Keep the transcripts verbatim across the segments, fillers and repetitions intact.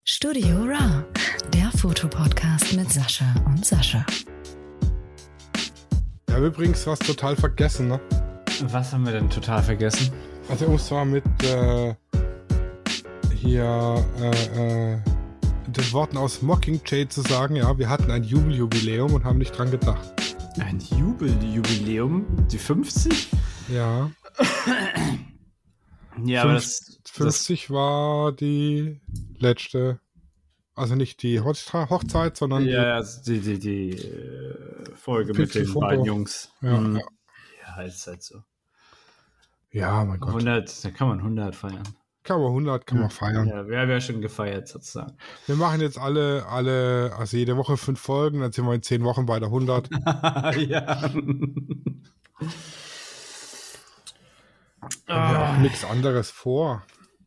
Studio Ra, der Fotopodcast mit Sascha und Sascha. Ich habe übrigens was total vergessen, ne? Was haben wir denn total vergessen? Also um zwar mit äh, hier äh, äh, den Worten aus Mockingjay zu sagen, ja, wir hatten ein Jubeljubiläum und haben nicht dran gedacht. Ein Jubeljubiläum? Die fünfzig? Ja. Ja, Fünf, aber das, fünfzig das, war die letzte, also nicht die Hochzeit, Hochzeit sondern ja, also die, die, die äh, Folge mit den Foto. beiden Jungs. Ja, mhm. ja. Ja, ist halt so. Ja, mein Gott. hundert, da kann man hundert feiern. Kann man hundert, kann man feiern. Ja, wir haben ja schon gefeiert sozusagen. Wir machen jetzt alle, alle, also jede Woche fünf Folgen, dann sind wir in zehn Wochen bei der hundert. Ja. Wir haben ja auch nichts anderes vor.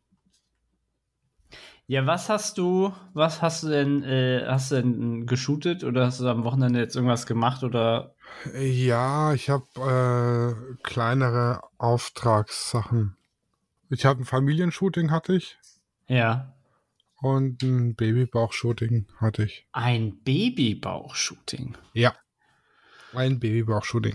Ja, was hast du, was hast du denn, äh, hast du denn geshootet oder hast du am Wochenende jetzt irgendwas gemacht oder? Ja, ich habe äh, kleinere Auftragssachen. Ich habe ein Familienshooting hatte ich Ja. und ein Babybauch-Shooting hatte ich. Ein Babybauch-Shooting? Ja, ein Babybauch-Shooting.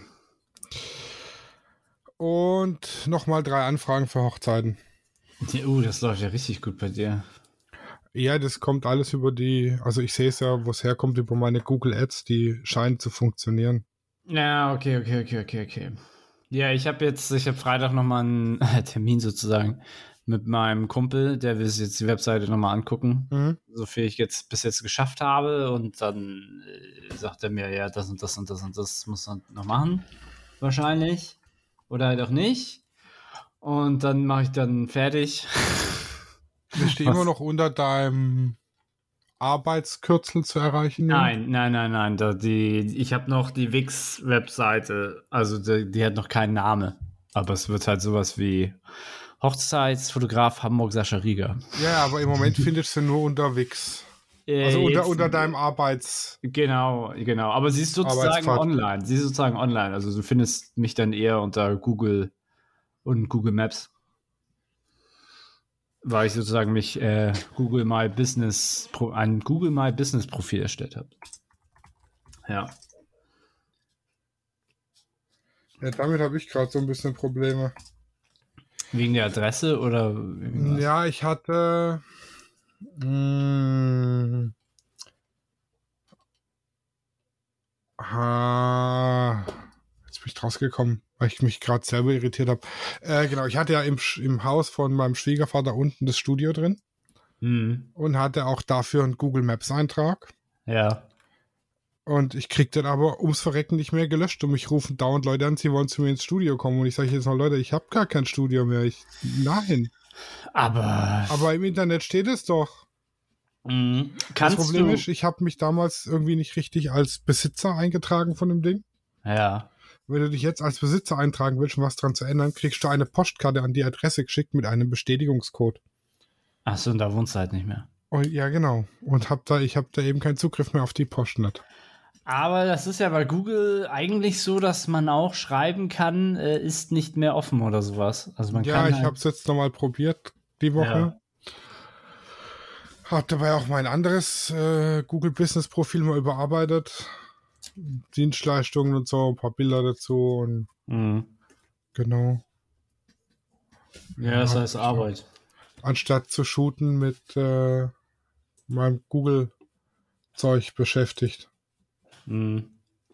Und nochmal drei Anfragen für Hochzeiten. Uh, das läuft ja richtig gut bei dir. Ja, das kommt alles über die, also ich sehe es ja, wo es herkommt, über meine Google Ads, die scheinen zu funktionieren. Ja, okay, okay, okay, okay, okay. Ja, ich habe jetzt, ich habe Freitag nochmal einen Termin sozusagen mit meinem Kumpel, der will sich jetzt die Webseite nochmal angucken, Mhm. so viel ich jetzt bis jetzt geschafft habe und dann äh, sagt er mir, ja, das und das und das und das muss man noch machen, wahrscheinlich. Oder halt auch nicht. Und dann mache ich dann fertig. Ich stehe immer noch unter deinem Arbeitskürzel zu erreichen. Ja? Nein, nein, nein, nein. Da die, ich habe noch die Wix-Webseite. Also die, die hat noch keinen Namen. Aber es wird halt sowas wie Hochzeitsfotograf Hamburg Sascha Rieger. Ja, aber im Moment findest du nur unter Wix. Also Äh, unter, jetzt- unter deinem Arbeits... Genau, genau. Aber sie ist sozusagen Arbeitspfad. online. Sie ist sozusagen online. Also du findest mich dann eher unter Google und Google Maps. Weil ich sozusagen mich äh, Google My Business, Pro, ein Google My Business Profil erstellt habe. Ja. Ja, damit habe ich gerade so ein bisschen Probleme. Wegen der Adresse oder irgendwas? Ja, ich hatte... Mh, ah, jetzt bin ich draus gekommen, weil ich mich gerade selber irritiert habe. Äh, genau, ich hatte ja im, Sch- im Haus von meinem Schwiegervater unten das Studio drin Mhm. und hatte auch dafür einen Google Maps Eintrag. Ja. Und ich krieg den aber ums Verrecken nicht mehr gelöscht und mich rufen dauernd Leute an, sie wollen zu mir ins Studio kommen. Und ich sage jetzt mal, Leute, ich habe gar kein Studio mehr. Ich, nein. Aber, Aber im Internet steht es doch. mh, Das kannst Problem du... ist, ich habe mich damals irgendwie nicht richtig als Besitzer eingetragen von dem Ding. Ja. Wenn du dich jetzt als Besitzer eintragen willst, um was dran zu ändern, kriegst du eine Postkarte an die Adresse geschickt mit einem Bestätigungscode. Achso, und da wohnst du halt nicht mehr. Und ja, genau. Und hab da, ich habe da eben keinen Zugriff mehr auf die Post nicht. Aber das ist ja bei Google eigentlich so, dass man auch schreiben kann, äh, ist nicht mehr offen oder sowas. Also man Ja, kann ich halt, habe es jetzt nochmal probiert die Woche. Hab dabei auch mein anderes äh, Google Business Profil mal überarbeitet. Dienstleistungen und so, ein paar Bilder dazu und Mhm. genau. Ja, das Ja, heißt so. Arbeit. Anstatt zu shooten mit äh, meinem Google-Zeug beschäftigt. Mhm.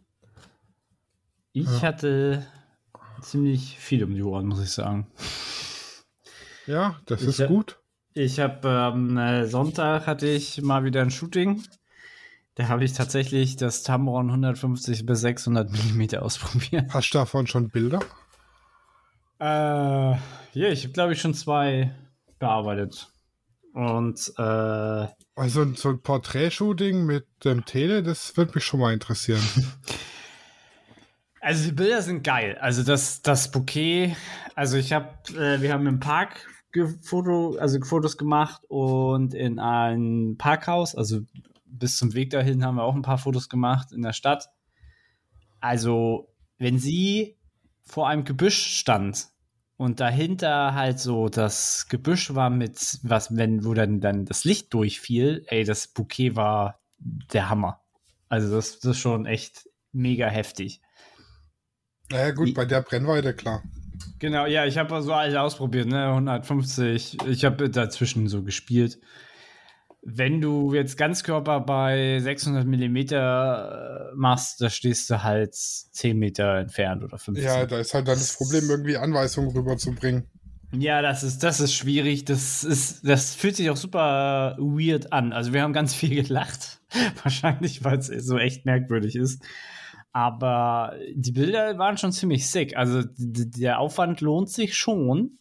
Ich Ja. hatte ziemlich viel um die Ohren, muss ich sagen. Ja, das Ich ist hab- gut. Ich habe am äh, Sonntag hatte ich mal wieder ein Shooting. Da habe ich tatsächlich das Tamron hundertfünfzig bis sechshundert Millimeter ausprobiert. Hast du davon schon Bilder? Äh, ja, ich habe glaube ich schon zwei bearbeitet. Und äh, Also so ein Porträtshooting mit dem Tele, das würde mich schon mal interessieren. also die Bilder sind geil. Also das, das Bouquet, also ich habe, äh, wir haben im Park Foto, also Fotos gemacht und in ein Parkhaus, also bis zum Weg dahin haben wir auch ein paar Fotos gemacht in der Stadt. Also wenn sie vor einem Gebüsch stand und dahinter halt so das Gebüsch war mit, was, wenn, wo dann, dann das Licht durchfiel, ey, das Bouquet war der Hammer. Also das, das ist schon echt mega heftig. Naja gut, Die, bei der Brennweite, klar. Genau, ja, ich habe so alles ausprobiert, ne, hundertfünfzig, ich habe dazwischen so gespielt. Wenn du jetzt Ganzkörper bei sechshundert Millimeter machst, da stehst du halt zehn Meter entfernt oder fünfzehn. Ja, da ist halt dann das Problem, irgendwie Anweisungen rüberzubringen. Ja, das ist, das ist schwierig. Das ist, das fühlt sich auch super weird an. Also wir haben ganz viel gelacht. Wahrscheinlich, weil es so echt merkwürdig ist. Aber die Bilder waren schon ziemlich sick. Also d- der Aufwand lohnt sich schon.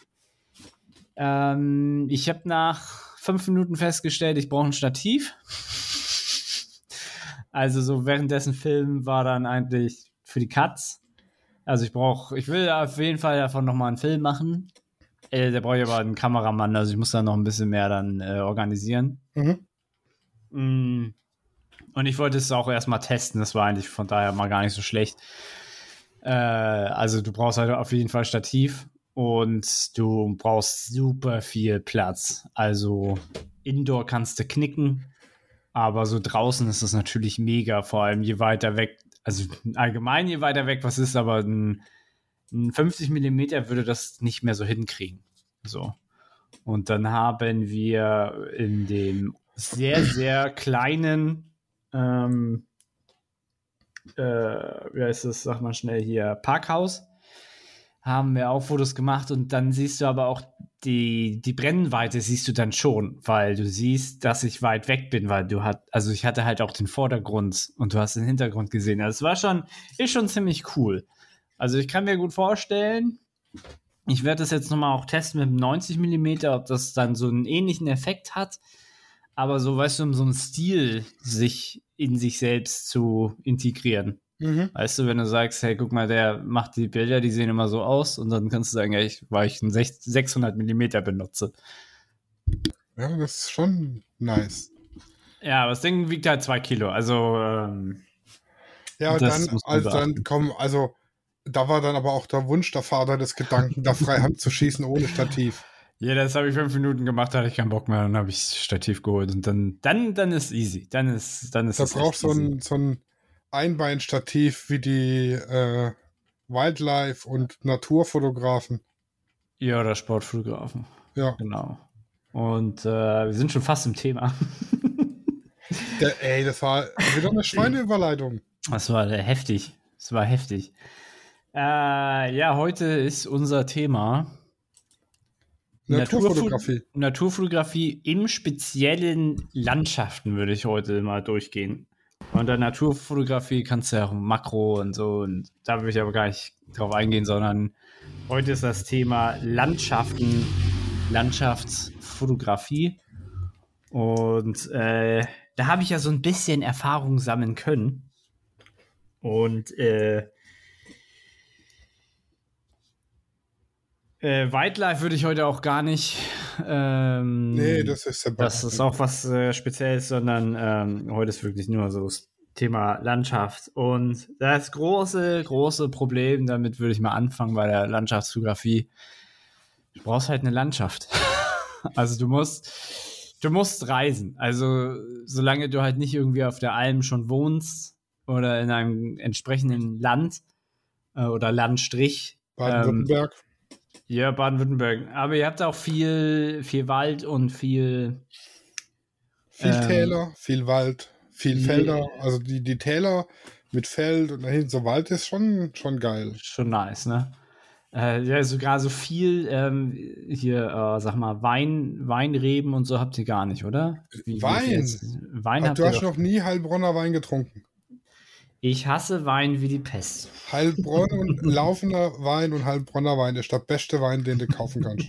Ähm, ich habe nach fünf Minuten festgestellt, ich brauche ein Stativ. Also so währenddessen Film war dann eigentlich für die Cuts. Also ich brauche, ich will auf jeden Fall davon nochmal einen Film machen. Äh, da brauche ich aber einen Kameramann, also ich muss da noch ein bisschen mehr dann äh, organisieren. Mhm. Mm. Und ich wollte es auch erstmal testen, das war eigentlich von daher mal gar nicht so schlecht. Äh, also du brauchst halt auf jeden Fall Stativ. Und du brauchst super viel Platz. Also Indoor kannst du knicken, aber so draußen ist es natürlich mega, vor allem je weiter weg, also allgemein je weiter weg was ist, aber ein, ein fünfzig Millimeter würde das nicht mehr so hinkriegen. So. Und dann haben wir in dem sehr, sehr kleinen ähm, äh, wie heißt das, sag mal schnell hier, Parkhaus, haben wir auch Fotos gemacht und dann siehst du aber auch die, die Brennweite siehst du dann schon, weil du siehst, dass ich weit weg bin, weil du hat, also ich hatte halt auch den Vordergrund und du hast den Hintergrund gesehen. Also es war schon, ist schon ziemlich cool. Also ich kann mir gut vorstellen, ich werde das jetzt nochmal auch testen mit einem neunzig Millimeter, ob das dann so einen ähnlichen Effekt hat, aber so, weißt du, um so einen Stil sich in sich selbst zu integrieren. Mhm. Weißt du, wenn du sagst, hey, guck mal, der macht die Bilder, die sehen immer so aus und dann kannst du sagen, ja, ich, weil ich einen sechshundert Millimeter benutze. Ja, das ist schon nice. Ja, aber das Ding wiegt halt zwei Kilo, also ähm, Ja, und das dann, muss man also beachten. dann kommen, also da war dann aber auch der Wunsch der Vater des Gedanken, da freihand zu schießen ohne Stativ. Ja, das habe ich fünf Minuten gemacht, da hatte ich keinen Bock mehr, dann habe ich das Stativ geholt und dann, dann, dann ist easy, dann ist, dann ist Da es braucht echt so easy. ein, so ein Einbeinstativ wie die äh, Wildlife- und Naturfotografen. Ja, oder Sportfotografen. Ja. Genau. Und äh, wir sind schon fast im Thema. Der, ey, das war wieder eine Schweineüberleitung. Das war äh, heftig. Das war heftig. Äh, ja, heute ist unser Thema Naturfotografie. Naturfo- Naturfotografie im speziellen Landschaften würde ich heute mal durchgehen. Und der Naturfotografie kannst du ja auch Makro und so, und da will ich aber gar nicht drauf eingehen, sondern heute ist das Thema Landschaften, Landschaftsfotografie. Und äh, da habe ich ja so ein bisschen Erfahrung sammeln können. Und äh, Äh, Wildlife würde ich heute auch gar nicht. Ähm, Nee, das ist separat. Das ist auch was äh, Spezielles, sondern ähm, heute ist wirklich nur so das Thema Landschaft. Und das große, große Problem, damit würde ich mal anfangen bei der Landschaftsfotografie. Du brauchst halt eine Landschaft. Also du musst, du musst reisen. Also solange du halt nicht irgendwie auf der Alm schon wohnst oder in einem entsprechenden Land äh, oder Landstrich. Baden-Württemberg. Ähm, ja, Baden-Württemberg. Aber ihr habt auch viel, viel Wald und viel Viel ähm, Täler, viel Wald, viel die- Felder. Also die, die Täler mit Feld und dahin so Wald ist schon, schon geil. schon nice, ne? Äh, ja, sogar so viel ähm, hier, äh, sag mal, Wein, Weinreben und so habt ihr gar nicht, oder? Wie- wie Wein? jetzt? Wein Ach, habt du ihr hast doch. noch nie Heilbronner Wein getrunken. Ich hasse Wein wie die Pest. Heilbronn und laufender Wein und Heilbronner Wein ist der beste Wein, den du kaufen kannst.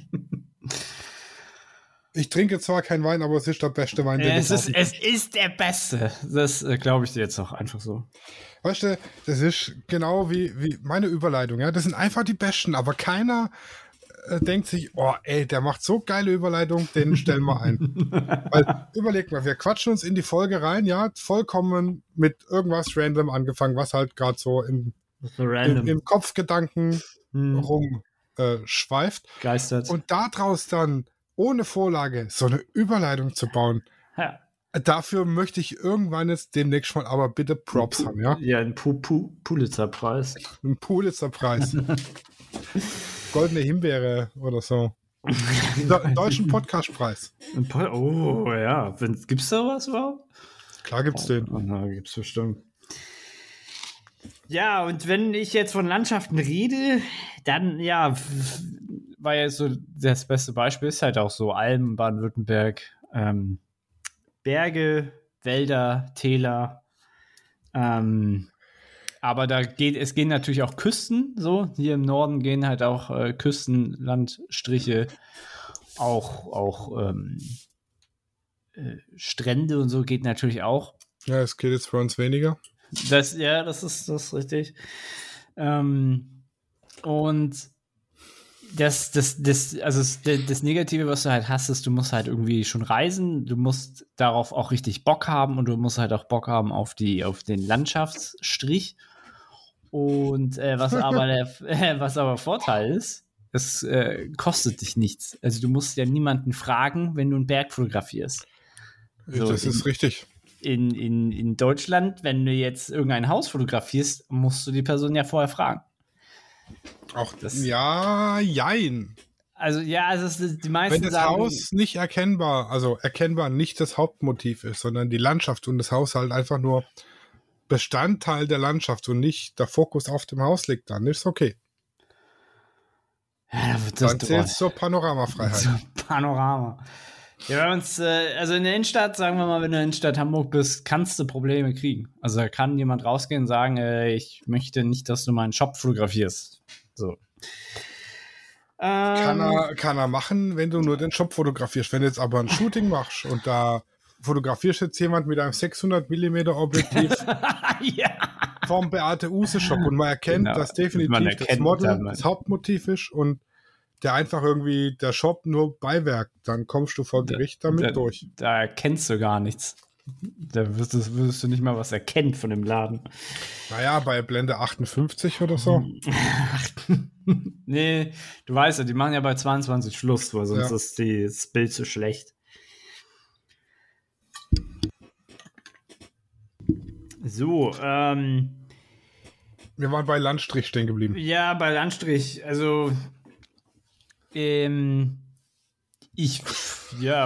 Ich trinke zwar keinen Wein, aber es ist der beste Wein, den Es du ist, kaufen es kannst. ist der Beste. Das äh, glaube ich dir jetzt auch einfach so. Weißt du, das ist genau wie, wie meine Überleitung. Ja? Das sind einfach die Besten, aber keiner äh, denkt sich, oh ey, der macht so geile Überleitung, den stellen wir ein. Weil, überleg mal, wir quatschen uns in die Folge rein, ja, vollkommen mit irgendwas random angefangen, was halt gerade so im, So im, random. im Kopfgedanken Hm. rum äh, schweift. Geistert. Und daraus dann ohne Vorlage so eine Überleitung zu bauen. Ja. Dafür möchte ich irgendwann jetzt demnächst mal aber bitte Props Pu- haben, ja? Ja, ein Pu Pu Pulitzer-Preis. Ein Pulitzer-Preis. Goldene Himbeere oder so. Einen deutschen Podcastpreis. Ein Po- Oh, ja. Wenn- Gibt's da was überhaupt? Klar gibt's den. Oh, na, gibt's bestimmt. Ja, und wenn ich jetzt von Landschaften rede, dann, ja, f- war ja so das beste Beispiel, ist halt auch so Alpen, Baden-Württemberg, ähm, Berge, Wälder, Täler, ähm, aber da geht, es gehen natürlich auch Küsten, so, hier im Norden gehen halt auch äh, Küstenlandstriche, auch, auch ähm, äh, Strände und so geht natürlich auch. Ja, es geht jetzt für uns weniger. Das, ja, das ist, das ist richtig. Ähm, und das, das, das, also das, das Negative, was du halt hast, ist, du musst halt irgendwie schon reisen, du musst darauf auch richtig Bock haben und du musst halt auch Bock haben auf die, auf den Landschaftsstrich. Und äh, was aber der, äh, was aber Vorteil ist, es äh, kostet dich nichts. Also du musst ja niemanden fragen, wenn du einen Berg fotografierst. So, das ist in- richtig. In, in, in Deutschland, wenn du jetzt irgendein Haus fotografierst, musst du die Person ja vorher fragen. Auch Das- ja, jein. Also ja, also es ist, die meisten Wenn das sagen, Haus nicht erkennbar, also erkennbar nicht das Hauptmotiv ist, sondern die Landschaft und das Haus halt einfach nur Bestandteil der Landschaft und nicht der Fokus auf dem Haus liegt, dann ist okay. ja, da wird das Dann zählt es zur Panoramafreiheit. So Panorama. Ja, wenn uns, äh, also in der Innenstadt, sagen wir mal, wenn du in der Innenstadt Hamburg bist, kannst du Probleme kriegen. Also da kann jemand rausgehen und sagen, äh, ich möchte nicht, dass du meinen Shop fotografierst. So. Kann Ähm, er, kann er machen, wenn du nur den Shop fotografierst. Wenn du jetzt aber ein Shooting machst und da fotografierst jetzt jemand mit einem sechshundert Millimeter Objektiv ja. vom Beate Use Shop und man erkennt, Genau. dass definitiv Man das erkennt Model dann, das Hauptmotiv ist und der einfach irgendwie der Shop nur Beiwerk, dann kommst du vor Gericht damit da, durch. Da erkennst du gar nichts. Da wirst du, wirst du nicht mal was erkennen von dem Laden. Naja, bei Blende achtundfünfzig oder so. Nee, du weißt ja, die machen ja bei zweiundzwanzig Schluss, weil sonst Ja. ist die, das Bild zu schlecht. So, ähm, Wir waren bei Landstrich stehen geblieben. ja, bei Landstrich, also, ähm, ich, ja,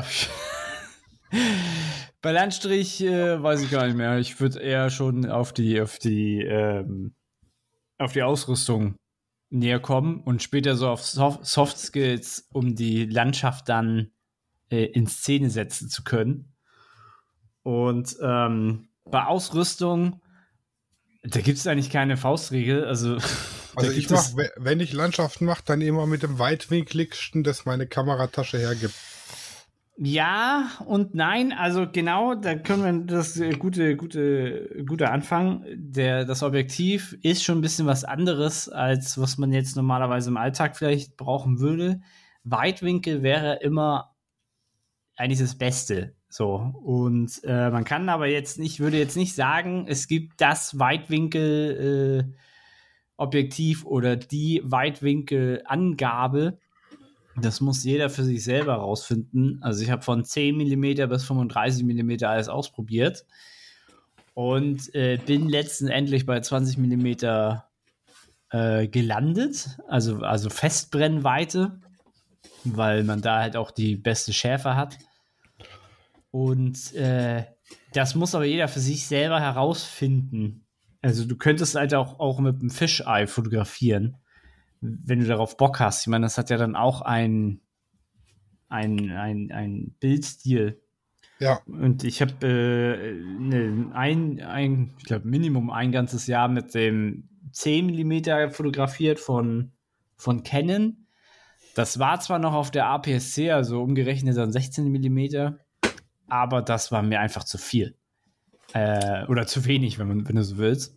bei Landstrich äh, weiß ich gar nicht mehr. Ich würde eher schon auf die, auf die, ähm, auf die Ausrüstung näher kommen und später so auf Soft, Soft Skills, um die Landschaft dann äh, in Szene setzen zu können. Und ähm, bei Ausrüstung, da gibt es eigentlich keine Faustregel. Also, Also da ich gibt es- mache, wenn ich Landschaften mache, dann immer mit dem weitwinkligsten, das meine Kameratasche hergibt. Ja und nein, also genau, da können wir das äh, gute, gute, gute Anfang. Der, das Objektiv ist schon ein bisschen was anderes, als was man jetzt normalerweise im Alltag vielleicht brauchen würde. Weitwinkel wäre immer eigentlich das Beste. So. Und äh, man kann aber jetzt nicht, würde jetzt nicht sagen, es gibt das Weitwinkel äh, Objektiv oder die Weitwinkelangabe. Das muss jeder für sich selber rausfinden. Also ich habe von zehn Millimeter bis fünfunddreißig Millimeter alles ausprobiert und äh, bin letztendlich bei zwanzig Millimeter äh, gelandet, also, also Festbrennweite, weil man da halt auch die beste Schärfe hat. Und äh, das muss aber jeder für sich selber herausfinden. Also du könntest halt auch, auch mit einem Fisheye fotografieren, wenn du darauf Bock hast. Ich meine, das hat ja dann auch ein, ein, ein, ein Bildstil. Ja, Und ich habe äh, ne, ein, ein, ich glaube, Minimum ein ganzes Jahr mit dem zehn Millimeter fotografiert von, von Canon. Das war zwar noch auf der A P S C, also umgerechnet dann sechzehn Millimeter, aber das war mir einfach zu viel. Äh, oder zu wenig, wenn, man, wenn du so willst.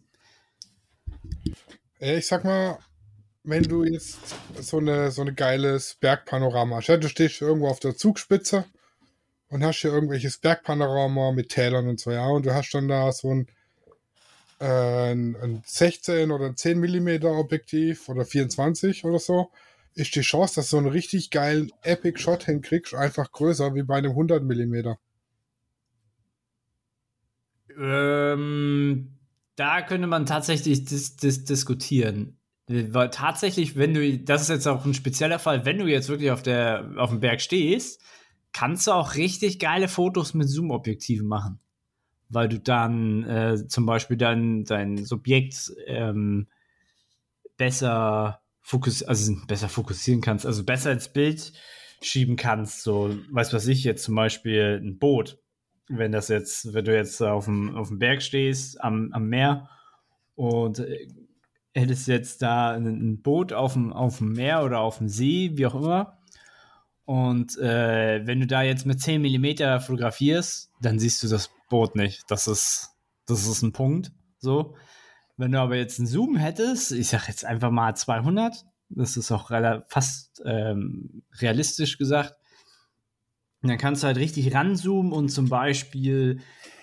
äh, ich sag mal, wenn du jetzt so eine so eine geiles Bergpanorama hast, ja, du stehst irgendwo auf der Zugspitze und hast hier irgendwelches Bergpanorama mit Tälern und so, ja, und du hast dann da so ein, äh, ein, ein sechzehn oder zehn Millimeter Objektiv oder vierundzwanzig oder so ist die Chance, dass du so einen richtig geilen Epic-Shot hinkriegst, einfach größer wie bei einem hundert Millimeter. Ähm, da könnte man tatsächlich dis- dis- diskutieren. Weil tatsächlich, wenn du, das ist jetzt auch ein spezieller Fall, wenn du jetzt wirklich auf, der, auf dem Berg stehst, kannst du auch richtig geile Fotos mit Zoom-Objektiven machen. Weil du dann äh, zum Beispiel dann dein Subjekt ähm, besser, fokus also besser fokussieren kannst, also besser ins Bild schieben kannst. So, weißt was ich jetzt zum Beispiel ein Boot. Wenn das jetzt, wenn du jetzt auf dem, auf dem Berg stehst, am, am Meer und äh, hättest jetzt da ein, ein Boot auf dem, auf dem Meer oder auf dem See, wie auch immer. Und äh, wenn du da jetzt mit zehn Millimeter fotografierst, dann siehst du das Boot nicht. Das ist, das ist ein Punkt. So. Wenn du aber jetzt einen Zoom hättest, ich sag jetzt einfach mal zweihundert, das ist auch rela- fast ähm, realistisch gesagt, dann kannst du halt richtig ranzoomen und zum Beispiel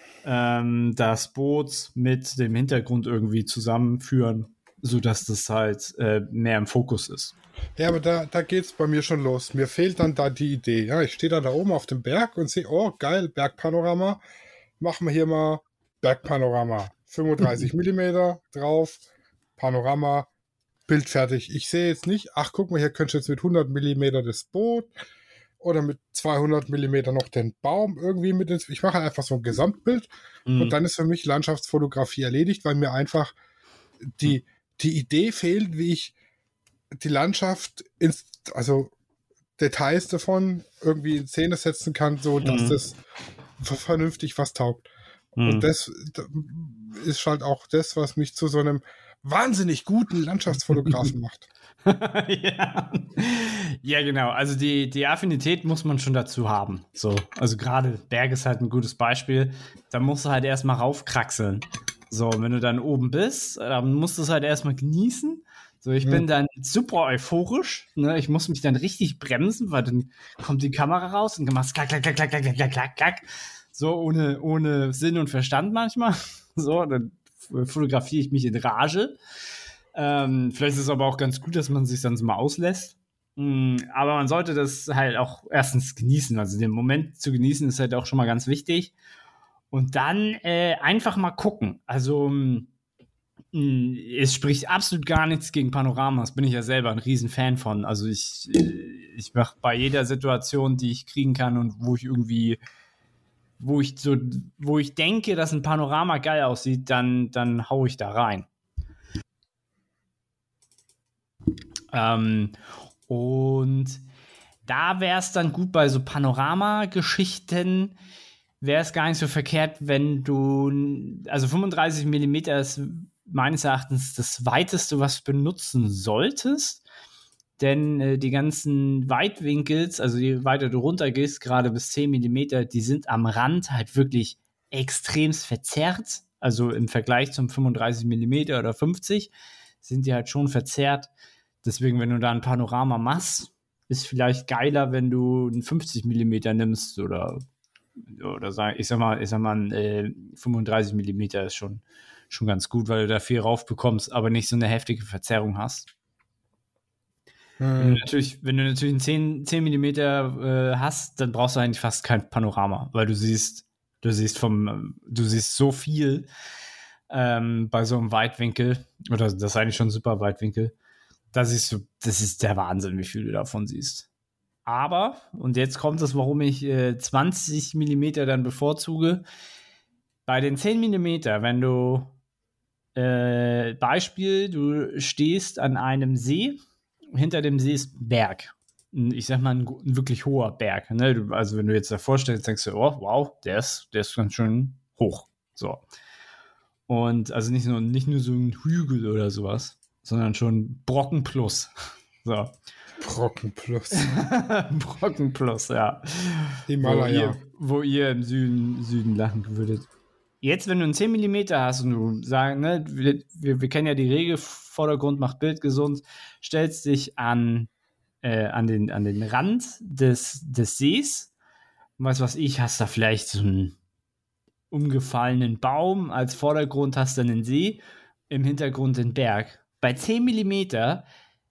ähm, das Boot mit dem Hintergrund irgendwie zusammenführen, sodass das halt äh, mehr im Fokus ist. Ja, aber da, da geht es bei mir schon los. Mir fehlt dann da die Idee. Ja, ich stehe da, da oben auf dem Berg und sehe, oh, geil, Bergpanorama. Machen wir hier mal Bergpanorama. fünfunddreißig Millimeter drauf, Panorama, Bild fertig. Ich sehe jetzt nicht, ach, guck mal, hier könntest du jetzt mit hundert Millimeter das Boot oder mit zweihundert Millimeter noch den Baum irgendwie mit ins. Ich mache einfach so ein Gesamtbild mhm. und dann ist für mich Landschaftsfotografie erledigt, weil mir einfach die, die Idee fehlt, wie ich die Landschaft, ins, also Details davon irgendwie in Szene setzen kann, so dass mhm. das vernünftig was taugt. Mhm. Und das ist halt auch das, was mich zu so einem wahnsinnig guten Landschaftsfotografen macht. ja. ja, genau. Also die, die Affinität muss man schon dazu haben. So, also gerade Berg ist halt ein gutes Beispiel. Da musst du halt erstmal raufkraxeln. So, wenn du dann oben bist, dann musst du es halt erstmal genießen. So, ich mhm. bin dann super euphorisch. Ne? Ich muss mich dann richtig bremsen, weil dann kommt die Kamera raus und du machst klack, klack, klack, klack, klack, klack, klack, klack. So, ohne, ohne Sinn und Verstand manchmal. So, dann fotografiere ich mich in Rage. Ähm, vielleicht ist es aber auch ganz gut, dass man sich dann so mal auslässt. Mm, aber man sollte das halt auch erstens genießen. Also den Moment zu genießen ist halt auch schon mal ganz wichtig. Und dann äh, einfach mal gucken. Also mh, es spricht absolut gar nichts gegen Panoramas. Bin ich ja selber ein Riesenfan von. Also ich, ich mache bei jeder Situation, die ich kriegen kann und wo ich irgendwie wo ich so, wo ich denke, dass ein Panorama geil aussieht, dann, dann hau ich da rein. Ähm, und da wäre es dann gut bei so Panorama-Geschichten, wäre es gar nicht so verkehrt, wenn du, also fünfunddreißig Millimeter ist meines Erachtens das weiteste, was du benutzen solltest. Denn äh, die ganzen Weitwinkels, also je weiter du runter gehst, gerade bis zehn Millimeter, die sind am Rand halt wirklich extremst verzerrt. Also im Vergleich zum fünfunddreißig Millimeter oder fünfzig sind die halt schon verzerrt. Deswegen, wenn du da ein Panorama machst, ist vielleicht geiler, wenn du einen fünfzig Millimeter nimmst oder, oder sag, ich sag mal, ich sag mal, ein, äh, fünfunddreißig Millimeter ist schon, schon ganz gut, weil du da viel rauf bekommst, aber nicht so eine heftige Verzerrung hast. Wenn du natürlich, wenn du natürlich einen zehn Millimeter äh, hast, dann brauchst du eigentlich fast kein Panorama, weil du siehst, du siehst vom, du siehst so viel ähm, bei so einem Weitwinkel, oder das ist eigentlich schon ein super Weitwinkel, da siehst du, das ist der Wahnsinn, wie viel du davon siehst. Aber, und jetzt kommt es, warum ich äh, zwanzig Millimeter dann bevorzuge, bei den zehn Millimeter, wenn du äh, Beispiel, du stehst an einem See, hinter dem See ist ein Berg. Ich sag mal, ein, ein wirklich hoher Berg. Ne? Du, also, wenn du jetzt davor stellst, denkst du, oh, wow, der ist, der ist ganz schön hoch. So. Und also nicht nur, nicht nur so ein Hügel oder sowas, sondern schon Brocken plus. So. Brocken plus. Brocken plus, ja. Himalaya. Wo ihr, wo ihr im Süden, Süden lachen würdet. Jetzt, wenn du einen zehn Millimeter hast und du sagst, ne, wir, wir, wir kennen ja die Regel, Vordergrund macht Bild gesund, stellst dich an, äh, an, den, an den Rand des, des Sees, weißt was ich, hast da vielleicht so einen umgefallenen Baum, als Vordergrund hast du einen See, im Hintergrund den Berg. Bei zehn Millimeter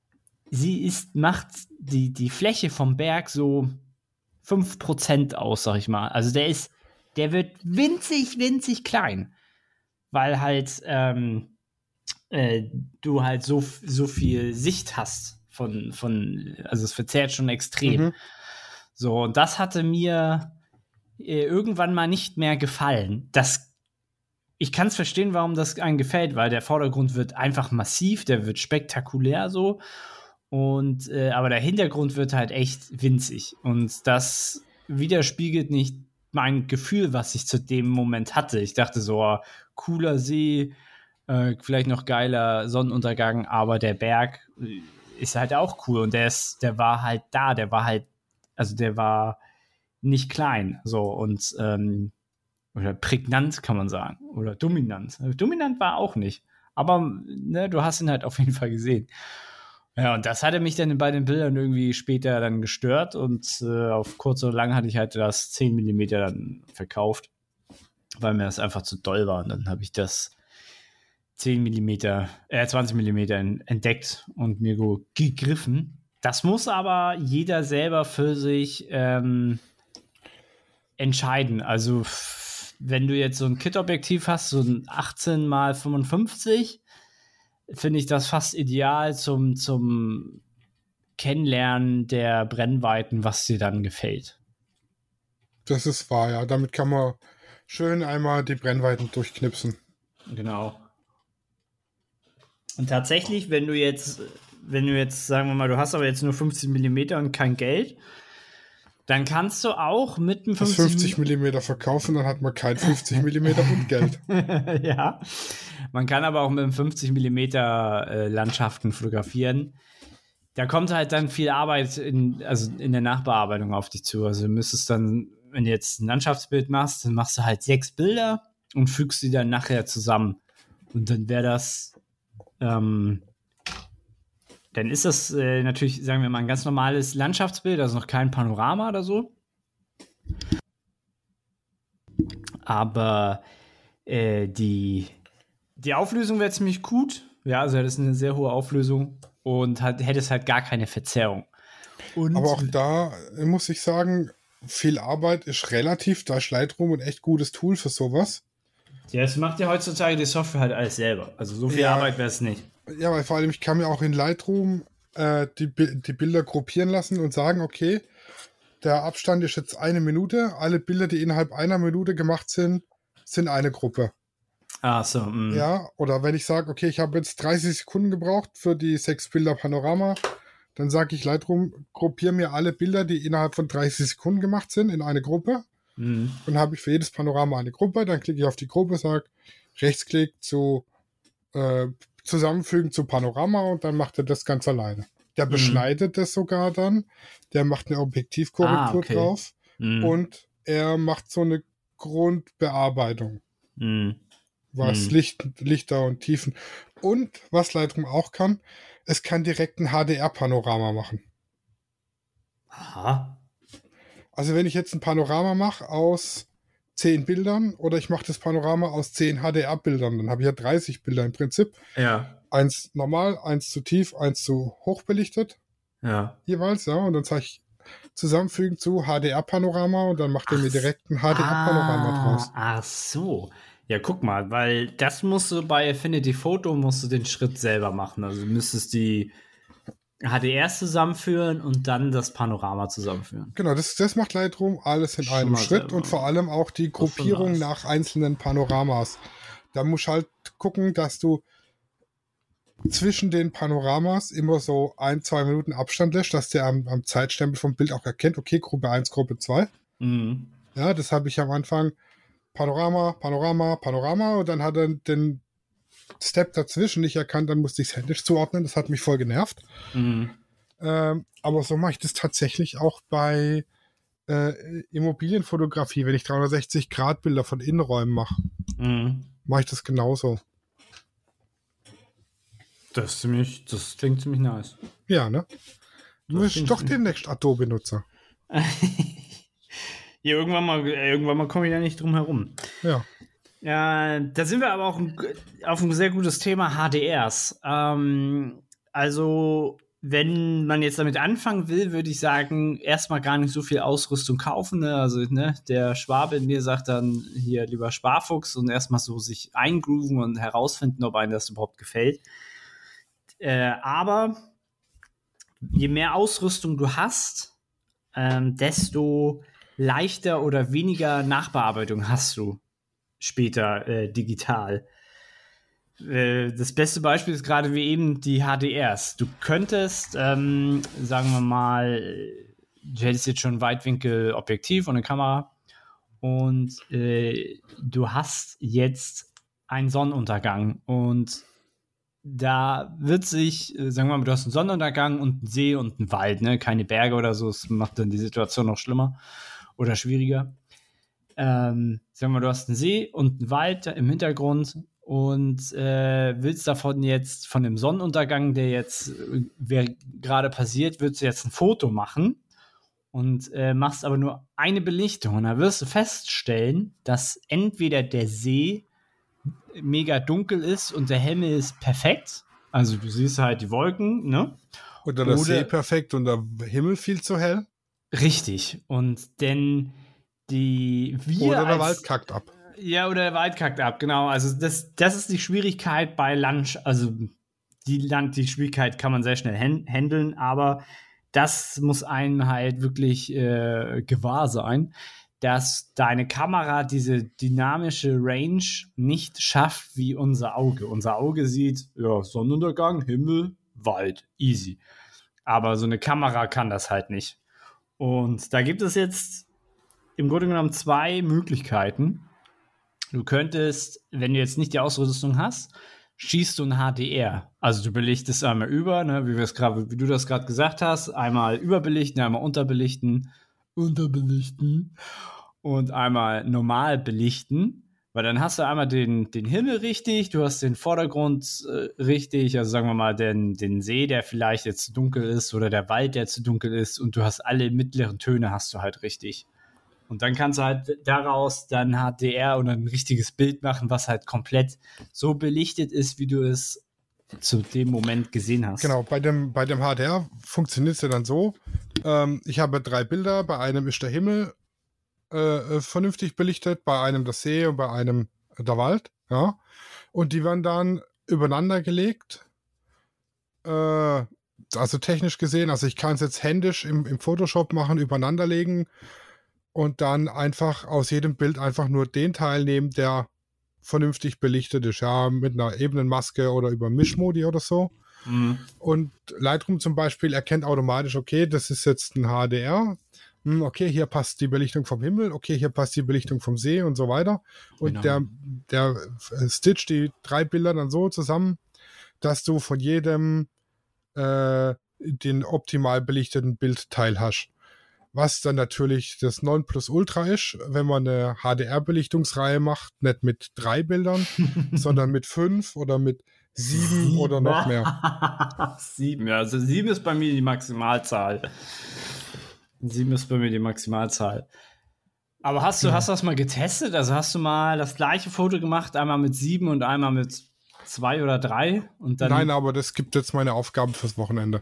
sie ist, macht die, die Fläche vom Berg so fünf Prozent aus, sag ich mal. Also der ist, der wird winzig, winzig klein. Weil halt ähm, äh, du halt so, so viel Sicht hast von, von, also es verzerrt schon extrem. Mhm. So, und das hatte mir äh, irgendwann mal nicht mehr gefallen. Das, ich kann es verstehen, warum das einem gefällt, weil der Vordergrund wird einfach massiv, der wird spektakulär so. Und äh, aber der Hintergrund wird halt echt winzig. Und das widerspiegelt nicht mein Gefühl, was ich zu dem Moment hatte. Ich dachte so, oh, cooler See, äh, vielleicht noch geiler Sonnenuntergang, aber der Berg ist halt auch cool. Und der ist, der war halt da, der war halt, also der war nicht klein, so und ähm, oder prägnant, kann man sagen. Oder dominant. Dominant war auch nicht. Aber ne, du hast ihn halt auf jeden Fall gesehen. Ja, und das hatte mich dann bei den Bildern irgendwie später dann gestört und äh, auf kurz oder lang hatte ich halt das zehn Millimeter dann verkauft, weil mir das einfach zu doll war. Und dann habe ich das zehn Millimeter, äh, zwanzig Millimeter entdeckt und mir gegriffen. Das muss aber jeder selber für sich ähm, entscheiden. Also wenn du jetzt so ein Kit-Objektiv hast, so ein achtzehn mal fünfundfünfzig, finde ich das fast ideal zum, zum Kennenlernen der Brennweiten, was dir dann gefällt. Das ist wahr, ja. Damit kann man schön einmal die Brennweiten durchknipsen. Genau. Und tatsächlich, wenn du jetzt, wenn du jetzt, sagen wir mal, du hast aber jetzt nur fünfzig Millimeter und kein Geld, dann kannst du auch mit einem fünfzig, fünfzig Millimeter verkaufen, dann hat man kein fünfzig Millimeter und Geld. Ja, man kann aber auch mit einem fünfzig Millimeter äh, Landschaften fotografieren. Da kommt halt dann viel Arbeit in, also in der Nachbearbeitung auf dich zu. Also du müsstest dann, wenn du jetzt ein Landschaftsbild machst, dann machst du halt sechs Bilder und fügst die dann nachher zusammen. Und dann wäre das ähm, dann ist das äh, natürlich, sagen wir mal, ein ganz normales Landschaftsbild, also noch kein Panorama oder so. Aber äh, die, die Auflösung wäre ziemlich gut. Ja, also das ist eine sehr hohe Auflösung und hat, hätte es halt gar keine Verzerrung. Und aber auch da muss ich sagen, viel Arbeit ist relativ, da ist Lightroom ein echt gutes Tool für sowas. Ja, es macht ja heutzutage die Software halt alles selber. Also so viel ja, Arbeit wäre es nicht. Ja, weil vor allem, ich kann mir auch in Lightroom äh, die, die Bilder gruppieren lassen und sagen, okay, der Abstand ist jetzt eine Minute. Alle Bilder, die innerhalb einer Minute gemacht sind, sind eine Gruppe. Ach so. Mh. Ja, oder wenn ich sage, okay, ich habe jetzt dreißig Sekunden gebraucht für die sechs Bilder Panorama, dann sage ich Lightroom, gruppiere mir alle Bilder, die innerhalb von dreißig Sekunden gemacht sind, in eine Gruppe. Mhm. Dann habe ich für jedes Panorama eine Gruppe, dann klicke ich auf die Gruppe, sage Rechtsklick zu äh, zusammenfügen zu Panorama und dann macht er das ganz alleine. Der mhm. beschneidet das sogar dann, der macht eine Objektivkorrektur ah, okay. drauf mhm. und er macht so eine Grundbearbeitung, mhm. was mhm. Licht, Lichter und Tiefen. Und was Lightroom auch kann, es kann direkt ein H D R-Panorama machen. Aha. Also wenn ich jetzt ein Panorama mache aus zehn Bildern oder ich mache das Panorama aus zehn H D R-Bildern, dann habe ich ja dreißig Bilder im Prinzip. Ja. Eins normal, eins zu tief, eins zu hoch belichtet. Ja. Jeweils, ja. Und dann sage ich zusammenfügen zu H D R-Panorama und dann macht er mir direkt ein H D R-Panorama ah, draus. Ach so. Ja, guck mal, weil das musst du bei Affinity Photo, musst du den Schritt selber machen. Also du müsstest die H D Rs zusammenführen und dann das Panorama zusammenführen. Genau, das, das macht Lightroom alles in Schon einem Schritt selber. Und vor allem auch die Gruppierung nice. Nach einzelnen Panoramas. Da musst du halt gucken, dass du zwischen den Panoramas immer so ein, zwei Minuten Abstand lässt, dass der am, am Zeitstempel vom Bild auch erkennt, okay, Gruppe eins, Gruppe zwei. Mhm. Ja, das habe ich am Anfang Panorama, Panorama, Panorama und dann hat er den Step dazwischen nicht erkannt, dann musste ich es händisch zuordnen, das hat mich voll genervt. Mhm. Ähm, aber so mache ich das tatsächlich auch bei äh, Immobilienfotografie, wenn ich dreihundertsechzig Grad Bilder von Innenräumen mache. Mhm. Mache ich das genauso. Das ist ziemlich, das klingt ziemlich nice. Ja, ne? Du das bist doch demnächst Adobe-Nutzer. Ja, irgendwann mal, irgendwann mal komme ich da nicht drum herum. Ja. Ja, da sind wir aber auch ein, auf ein sehr gutes Thema H D Rs. Ähm, also wenn man jetzt damit anfangen will, würde ich sagen, erstmal gar nicht so viel Ausrüstung kaufen. Ne? Also, ne, der Schwabe in mir sagt dann hier lieber Sparfuchs und erstmal so sich eingrooven und herausfinden, ob einem das überhaupt gefällt. Äh, aber je mehr Ausrüstung du hast, ähm, desto leichter oder weniger Nachbearbeitung hast du später äh, digital. Äh, das beste Beispiel ist gerade wie eben die H D Rs. Du könntest, ähm, sagen wir mal, du hättest jetzt schon ein Weitwinkelobjektiv und eine Kamera und äh, du hast jetzt einen Sonnenuntergang und da wird sich, äh, sagen wir mal, du hast einen Sonnenuntergang und einen See und einen Wald, ne? Keine Berge oder so, das macht dann die Situation noch schlimmer oder schwieriger. Ähm, sagen wir mal, du hast einen See und einen Wald im Hintergrund und äh, willst davon jetzt, von dem Sonnenuntergang, der jetzt äh, gerade passiert, willst du jetzt ein Foto machen und äh, machst aber nur eine Belichtung und dann wirst du feststellen, dass entweder der See mega dunkel ist und der Himmel ist perfekt. Also du siehst halt die Wolken, ne? Oder der See perfekt und der Himmel viel zu hell. Richtig. Und denn die wir Oder der als, Wald kackt ab. Ja, oder der Wald kackt ab, genau. Also das, das ist die Schwierigkeit bei Land, also die Land, die Schwierigkeit kann man sehr schnell handeln, aber das muss einem halt wirklich äh, gewahr sein, dass deine Kamera diese dynamische Range nicht schafft wie unser Auge. Unser Auge sieht, ja, Sonnenuntergang, Himmel, Wald, easy. Aber so eine Kamera kann das halt nicht. Und da gibt es jetzt im Grunde genommen zwei Möglichkeiten. Du könntest, wenn du jetzt nicht die Ausrüstung hast, schießt du ein H D R. Also du belichtest einmal über, ne, wie, wir es grad, wie du das gerade gesagt hast, einmal überbelichten, einmal unterbelichten, unterbelichten und einmal normal belichten, weil dann hast du einmal den, den Himmel richtig, du hast den Vordergrund äh, richtig, also sagen wir mal den, den See, der vielleicht jetzt zu dunkel ist oder der Wald, der zu dunkel ist und du hast alle mittleren Töne hast du halt richtig. Und dann kannst du halt daraus dann H D R oder ein richtiges Bild machen, was halt komplett so belichtet ist, wie du es zu dem Moment gesehen hast. Genau, bei dem, bei dem H D R funktioniert es ja dann so, ähm, ich habe drei Bilder, bei einem ist der Himmel äh, vernünftig belichtet, bei einem der See und bei einem der Wald, ja, und die werden dann übereinander gelegt, äh, also technisch gesehen, also ich kann es jetzt händisch im, im Photoshop machen, übereinander legen und dann einfach aus jedem Bild einfach nur den Teil nehmen, der vernünftig belichtet ist, ja, mit einer Ebenenmaske oder über Mischmodi oder so. Mhm. Und Lightroom zum Beispiel erkennt automatisch, okay, das ist jetzt ein H D R, hm, okay, hier passt die Belichtung vom Himmel, okay, hier passt die Belichtung vom See und so weiter. Und genau. der, der stitcht die drei Bilder dann so zusammen, dass du von jedem äh, den optimal belichteten Bildteil hast. Was dann natürlich das Nonplusultra ist, wenn man eine H D R-Belichtungsreihe macht, nicht mit drei Bildern, sondern mit fünf oder mit sieben, sieben oder noch mehr. sieben, ja, also sieben ist bei mir die Maximalzahl. Sieben ist bei mir die Maximalzahl. Aber hast du, ja. hast du das mal getestet? Also hast du mal das gleiche Foto gemacht, einmal mit sieben und einmal mit zwei oder drei? Und dann Nein, aber das gibt jetzt meine Aufgaben fürs Wochenende.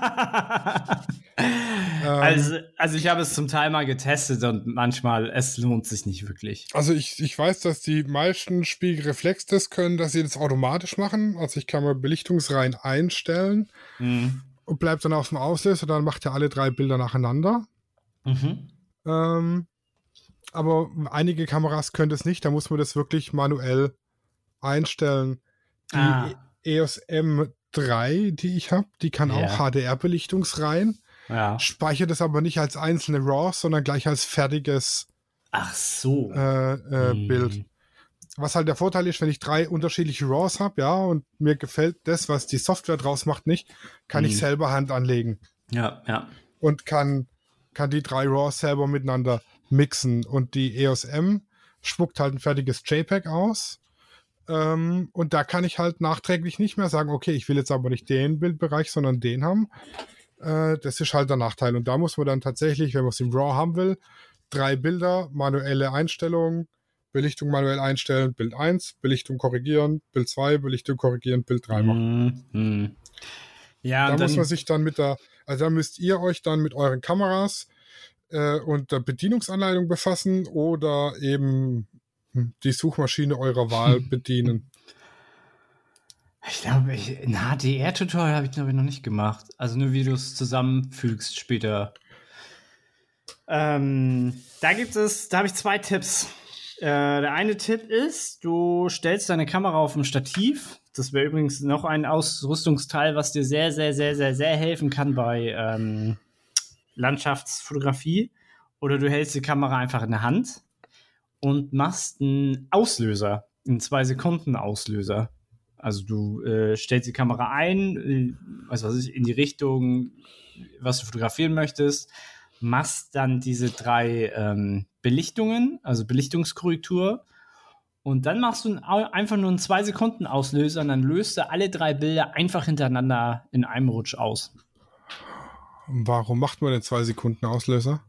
also, also ich habe es zum Teil mal getestet und manchmal, es lohnt sich nicht wirklich. Also ich, ich weiß, dass die meisten Spiegelreflex das können, dass sie das automatisch machen. Also ich kann mal Belichtungsreihen einstellen mhm. und bleibt dann auf dem Auslöser, dann macht er alle drei Bilder nacheinander. Mhm. Ähm, aber einige Kameras können das nicht, da muss man das wirklich manuell einstellen. Die ah. E O S M drei, die ich habe, die kann ja. auch H D R-Belichtungsreihen. Ja. Speichert es aber nicht als einzelne RAWs, sondern gleich als fertiges Ach so. äh, äh, hm. Bild. Was halt der Vorteil ist, wenn ich drei unterschiedliche RAWs habe, ja, und mir gefällt das, was die Software draus macht, nicht, kann hm. ich selber Hand anlegen. Ja, ja. Und kann, kann die drei RAWs selber miteinander mixen. Und die E O S M spuckt halt ein fertiges JPEG aus. Ähm, und da kann ich halt nachträglich nicht mehr sagen, okay, ich will jetzt aber nicht den Bildbereich, sondern den haben. Das ist halt der Nachteil. Und da muss man dann tatsächlich, wenn man es im RAW haben will, drei Bilder, manuelle Einstellung, Belichtung manuell einstellen, Bild eins, Belichtung korrigieren, Bild zwei, Belichtung korrigieren, Bild drei machen. Mhm. Ja, da und muss dann, man sich dann mit der, also da müsst ihr euch dann mit euren Kameras äh, und der Bedienungsanleitung befassen oder eben hm, die Suchmaschine eurer Wahl bedienen. ich glaube, ich, ein H D R-Tutorial habe ich, glaube ich, noch nicht gemacht. Also nur wie du es zusammenfügst später. Ähm, da gibt es, da habe ich zwei Tipps. Äh, der eine Tipp ist, du stellst deine Kamera auf ein Stativ. Das wäre übrigens noch ein Ausrüstungsteil, was dir sehr, sehr, sehr, sehr, sehr helfen kann bei ähm, Landschaftsfotografie. Oder du hältst die Kamera einfach in der Hand und machst einen Auslöser, einen zwei Sekunden Auslöser. Also du äh, stellst die Kamera ein, äh, was weiß ich, in die Richtung, was du fotografieren möchtest, machst dann diese drei ähm, Belichtungen, also Belichtungskorrektur, und dann machst du ein, einfach nur einen zwei Sekunden Auslöser und dann löst du alle drei Bilder einfach hintereinander in einem Rutsch aus. Warum macht man den zwei Sekunden Auslöser?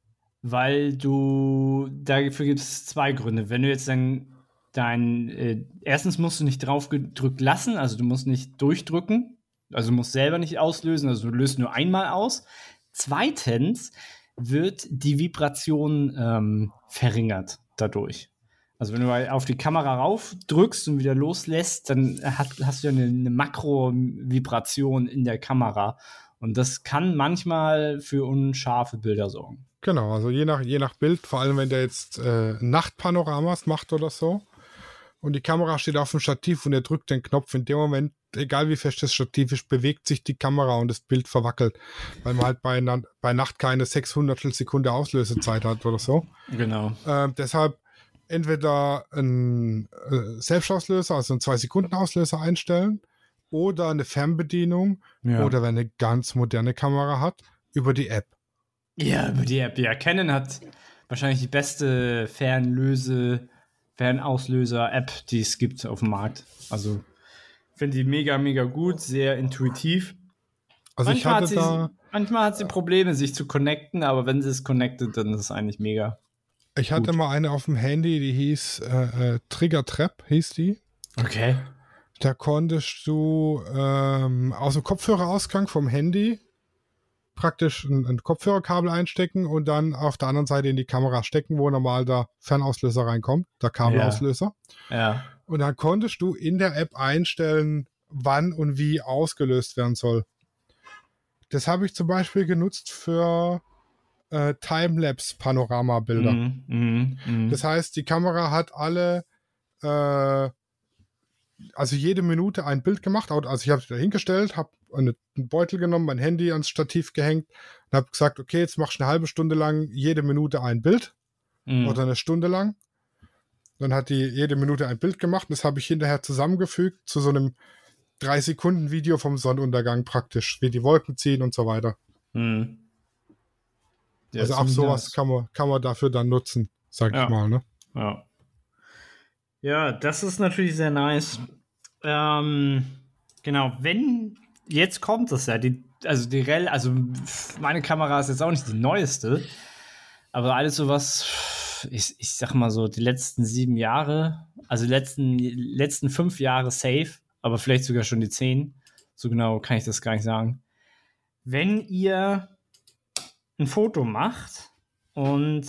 Weil du, dafür gibt es zwei Gründe. Wenn du jetzt dann dein, äh, erstens musst du nicht drauf gedrückt lassen, also du musst nicht durchdrücken, also du musst selber nicht auslösen, also du löst nur einmal aus. Zweitens wird die Vibration ähm, verringert dadurch. Also wenn du auf die Kamera rauf drückst und wieder loslässt, dann hat, hast du ja eine, eine Makro-Vibration in der Kamera. Und das kann manchmal für unscharfe Bilder sorgen. Genau, also je nach, je nach Bild, vor allem wenn der jetzt äh, Nachtpanoramas macht oder so und die Kamera steht auf dem Stativ und er drückt den Knopf, in dem Moment, egal wie fest das Stativ ist, bewegt sich die Kamera und das Bild verwackelt, weil man halt bei, bei Nacht keine sechshundertstel Sekunde Auslösezeit hat oder so. Genau. Äh, deshalb entweder ein äh, Selbstauslöser, also einen zwei Sekunden Auslöser einstellen oder eine Fernbedienung Ja. oder wenn eine ganz moderne Kamera hat, über die App. Ja, über die App. Ja, Canon hat wahrscheinlich die beste Fernlöse, Fernauslöser-App, die es gibt auf dem Markt. Also finde die mega, mega gut, sehr intuitiv. Also manchmal, ich hatte hat sie, da, manchmal hat sie Probleme, sich zu connecten, aber wenn sie es connectet, dann ist es eigentlich mega. ich hatte gut. mal eine auf dem Handy, die hieß äh, äh, Trigger Trap, hieß die. Okay. Da konntest du ähm, aus dem Kopfhörerausgang vom Handy praktisch ein, ein Kopfhörerkabel einstecken und dann auf der anderen Seite in die Kamera stecken, wo normal der Fernauslöser reinkommt, der Kabelauslöser. Ja. ja. Und dann konntest du in der App einstellen, wann und wie ausgelöst werden soll. Das habe ich zum Beispiel genutzt für äh, Timelapse-Panorama-Bilder. Mm, mm, mm. Das heißt, die Kamera hat alle äh, also jede Minute ein Bild gemacht. Also ich habe es da hingestellt, habe einen Beutel genommen, mein Handy ans Stativ gehängt und habe gesagt, okay, jetzt machst du eine halbe Stunde lang jede Minute ein Bild mm. oder eine Stunde lang. Dann hat die jede Minute ein Bild gemacht und das habe ich hinterher zusammengefügt zu so einem drei Sekunden Video vom Sonnenuntergang praktisch, wie die Wolken ziehen und so weiter. Mm. Ja, also auch sowas kann man, kann man dafür dann nutzen, sag ja. ich mal. Ne? Ja. Ja, das ist natürlich sehr nice. Ähm, genau, wenn, jetzt kommt es ja, die, also die Rel, also meine Kamera ist jetzt auch nicht die neueste, aber alles sowas, ich, ich sag mal so, die letzten sieben Jahre, also die letzten, letzten fünf Jahre safe, aber vielleicht sogar schon die zehn, so genau kann ich das gar nicht sagen. Wenn ihr ein Foto macht und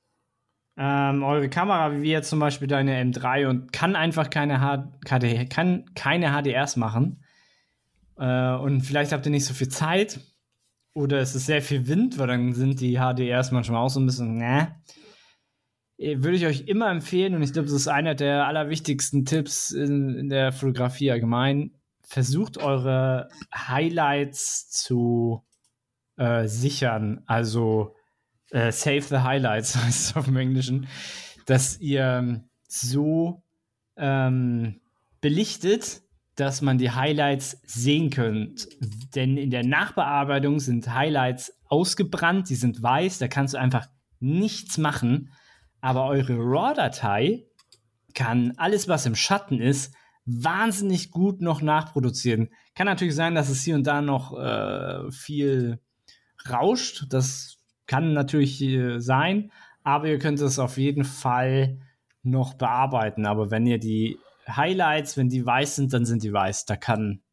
Ähm, eure Kamera, wie jetzt zum Beispiel deine M drei und kann einfach keine, H- K D, kann keine H D Rs machen äh, und vielleicht habt ihr nicht so viel Zeit oder es ist sehr viel Wind, weil dann sind die H D Rs manchmal auch so ein bisschen, ne, würde ich euch immer empfehlen und ich glaube, das ist einer der allerwichtigsten Tipps in, in der Fotografie allgemein, versucht eure Highlights zu äh, sichern, also Uh, save the highlights, heißt es auf dem Englischen, dass ihr so ähm, belichtet, dass man die Highlights sehen könnt. Denn in der Nachbearbeitung sind Highlights ausgebrannt, die sind weiß, da kannst du einfach nichts machen. Aber eure RAW-Datei kann alles, was im Schatten ist, wahnsinnig gut noch nachproduzieren. Kann natürlich sein, dass es hier und da noch äh, viel rauscht, das kann natürlich äh, sein, aber ihr könnt es auf jeden Fall noch bearbeiten. Aber wenn ihr die Highlights, wenn die weiß sind, dann sind die weiß. Da kann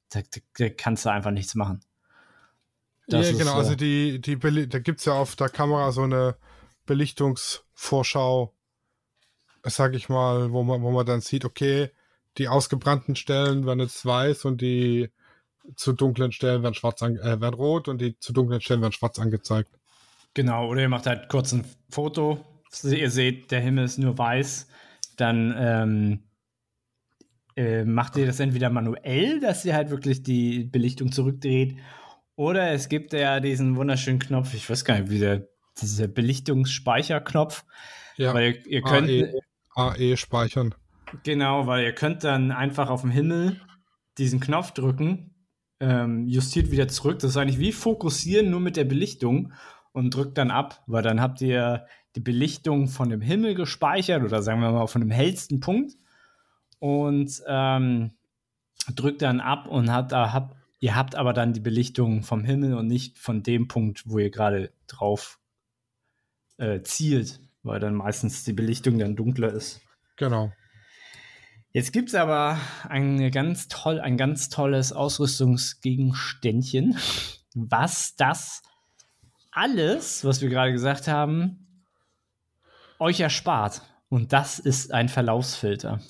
da, da kannst du einfach nichts machen. Das ja, genau, so. Also die, die da gibt es ja auf der Kamera so eine Belichtungsvorschau, sag ich mal, wo man, wo man dann sieht, okay, die ausgebrannten Stellen werden jetzt weiß und die zu dunklen Stellen werden schwarz an, äh, werden rot und die zu dunklen Stellen werden schwarz angezeigt. Genau, oder ihr macht halt kurz ein Foto, ihr seht, der Himmel ist nur weiß, dann ähm, äh, macht ihr das entweder manuell, dass ihr halt wirklich die Belichtung zurückdreht, oder es gibt ja diesen wunderschönen Knopf, ich weiß gar nicht, wie der, dieser Belichtungsspeicherknopf, ja, weil ihr, ihr könnt A E speichern. Genau, weil ihr könnt dann einfach auf dem Himmel diesen Knopf drücken, ähm, justiert wieder zurück, das ist eigentlich wie fokussieren, nur mit der Belichtung und drückt dann ab, weil dann habt ihr die Belichtung von dem Himmel gespeichert oder sagen wir mal von dem hellsten Punkt und ähm, drückt dann ab und habt, habt, ihr habt aber dann die Belichtung vom Himmel und nicht von dem Punkt, wo ihr gerade drauf äh, zielt, weil dann meistens die Belichtung dann dunkler ist. Genau. Jetzt gibt es aber eine ganz toll, ein ganz tolles Ausrüstungsgegenständchen, was das alles, was wir gerade gesagt haben, euch erspart. Und das ist ein Verlaufsfilter.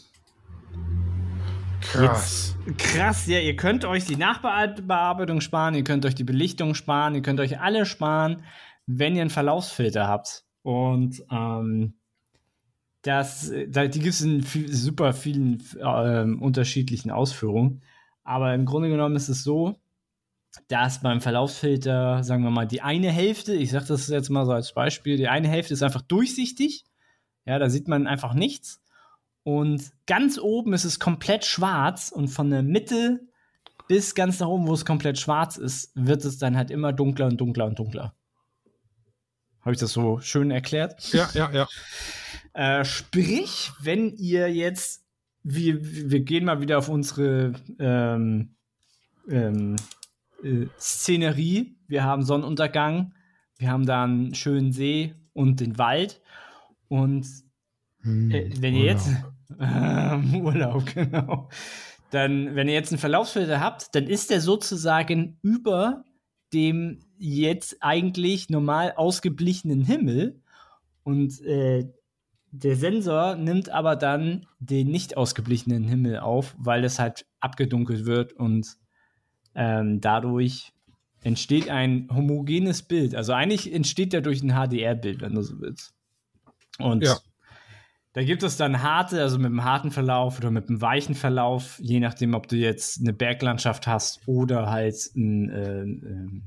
Krass. Jetzt, krass, ja, ihr könnt euch die Nachbearbeitung sparen, ihr könnt euch die Belichtung sparen, ihr könnt euch alle sparen, wenn ihr einen Verlaufsfilter habt. Und ähm, das, da, die gibt es in viel, super vielen ähm, unterschiedlichen Ausführungen. Aber im Grunde genommen ist es so, dass beim Verlaufsfilter, sagen wir mal, die eine Hälfte, ich sage das jetzt mal so als Beispiel, die eine Hälfte ist einfach durchsichtig. Ja, da sieht man einfach nichts. Und ganz oben ist es komplett schwarz und von der Mitte bis ganz nach oben, wo es komplett schwarz ist, wird es dann halt immer dunkler und dunkler und dunkler. Habe ich das so schön erklärt? Ja, ja, ja. Äh, sprich, wenn ihr jetzt, wir, wir gehen mal wieder auf unsere ähm, ähm, äh, Szenerie. Wir haben Sonnenuntergang, wir haben da einen schönen See und den Wald. Und äh, wenn ihr jetzt äh, Urlaub, genau. Dann, wenn ihr jetzt einen Verlaufsfilter habt, dann ist der sozusagen über dem jetzt eigentlich normal ausgeblichenen Himmel und äh, der Sensor nimmt aber dann den nicht ausgeblichenen Himmel auf, weil es halt abgedunkelt wird und ähm, dadurch entsteht ein homogenes Bild. Also eigentlich entsteht dadurch ein H D R-Bild, wenn du so willst. Und ja. Da gibt es dann harte, also mit einem harten Verlauf oder mit einem weichen Verlauf, je nachdem, ob du jetzt eine Berglandschaft hast oder halt ein, äh, äh,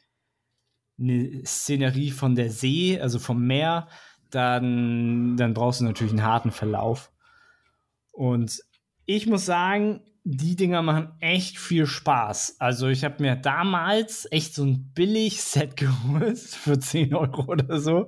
eine Szenerie von der See, also vom Meer, dann, dann brauchst du natürlich einen harten Verlauf. Und ich muss sagen, die Dinger machen echt viel Spaß. Also ich habe mir damals echt so ein Billig-Set geholt für zehn Euro oder so.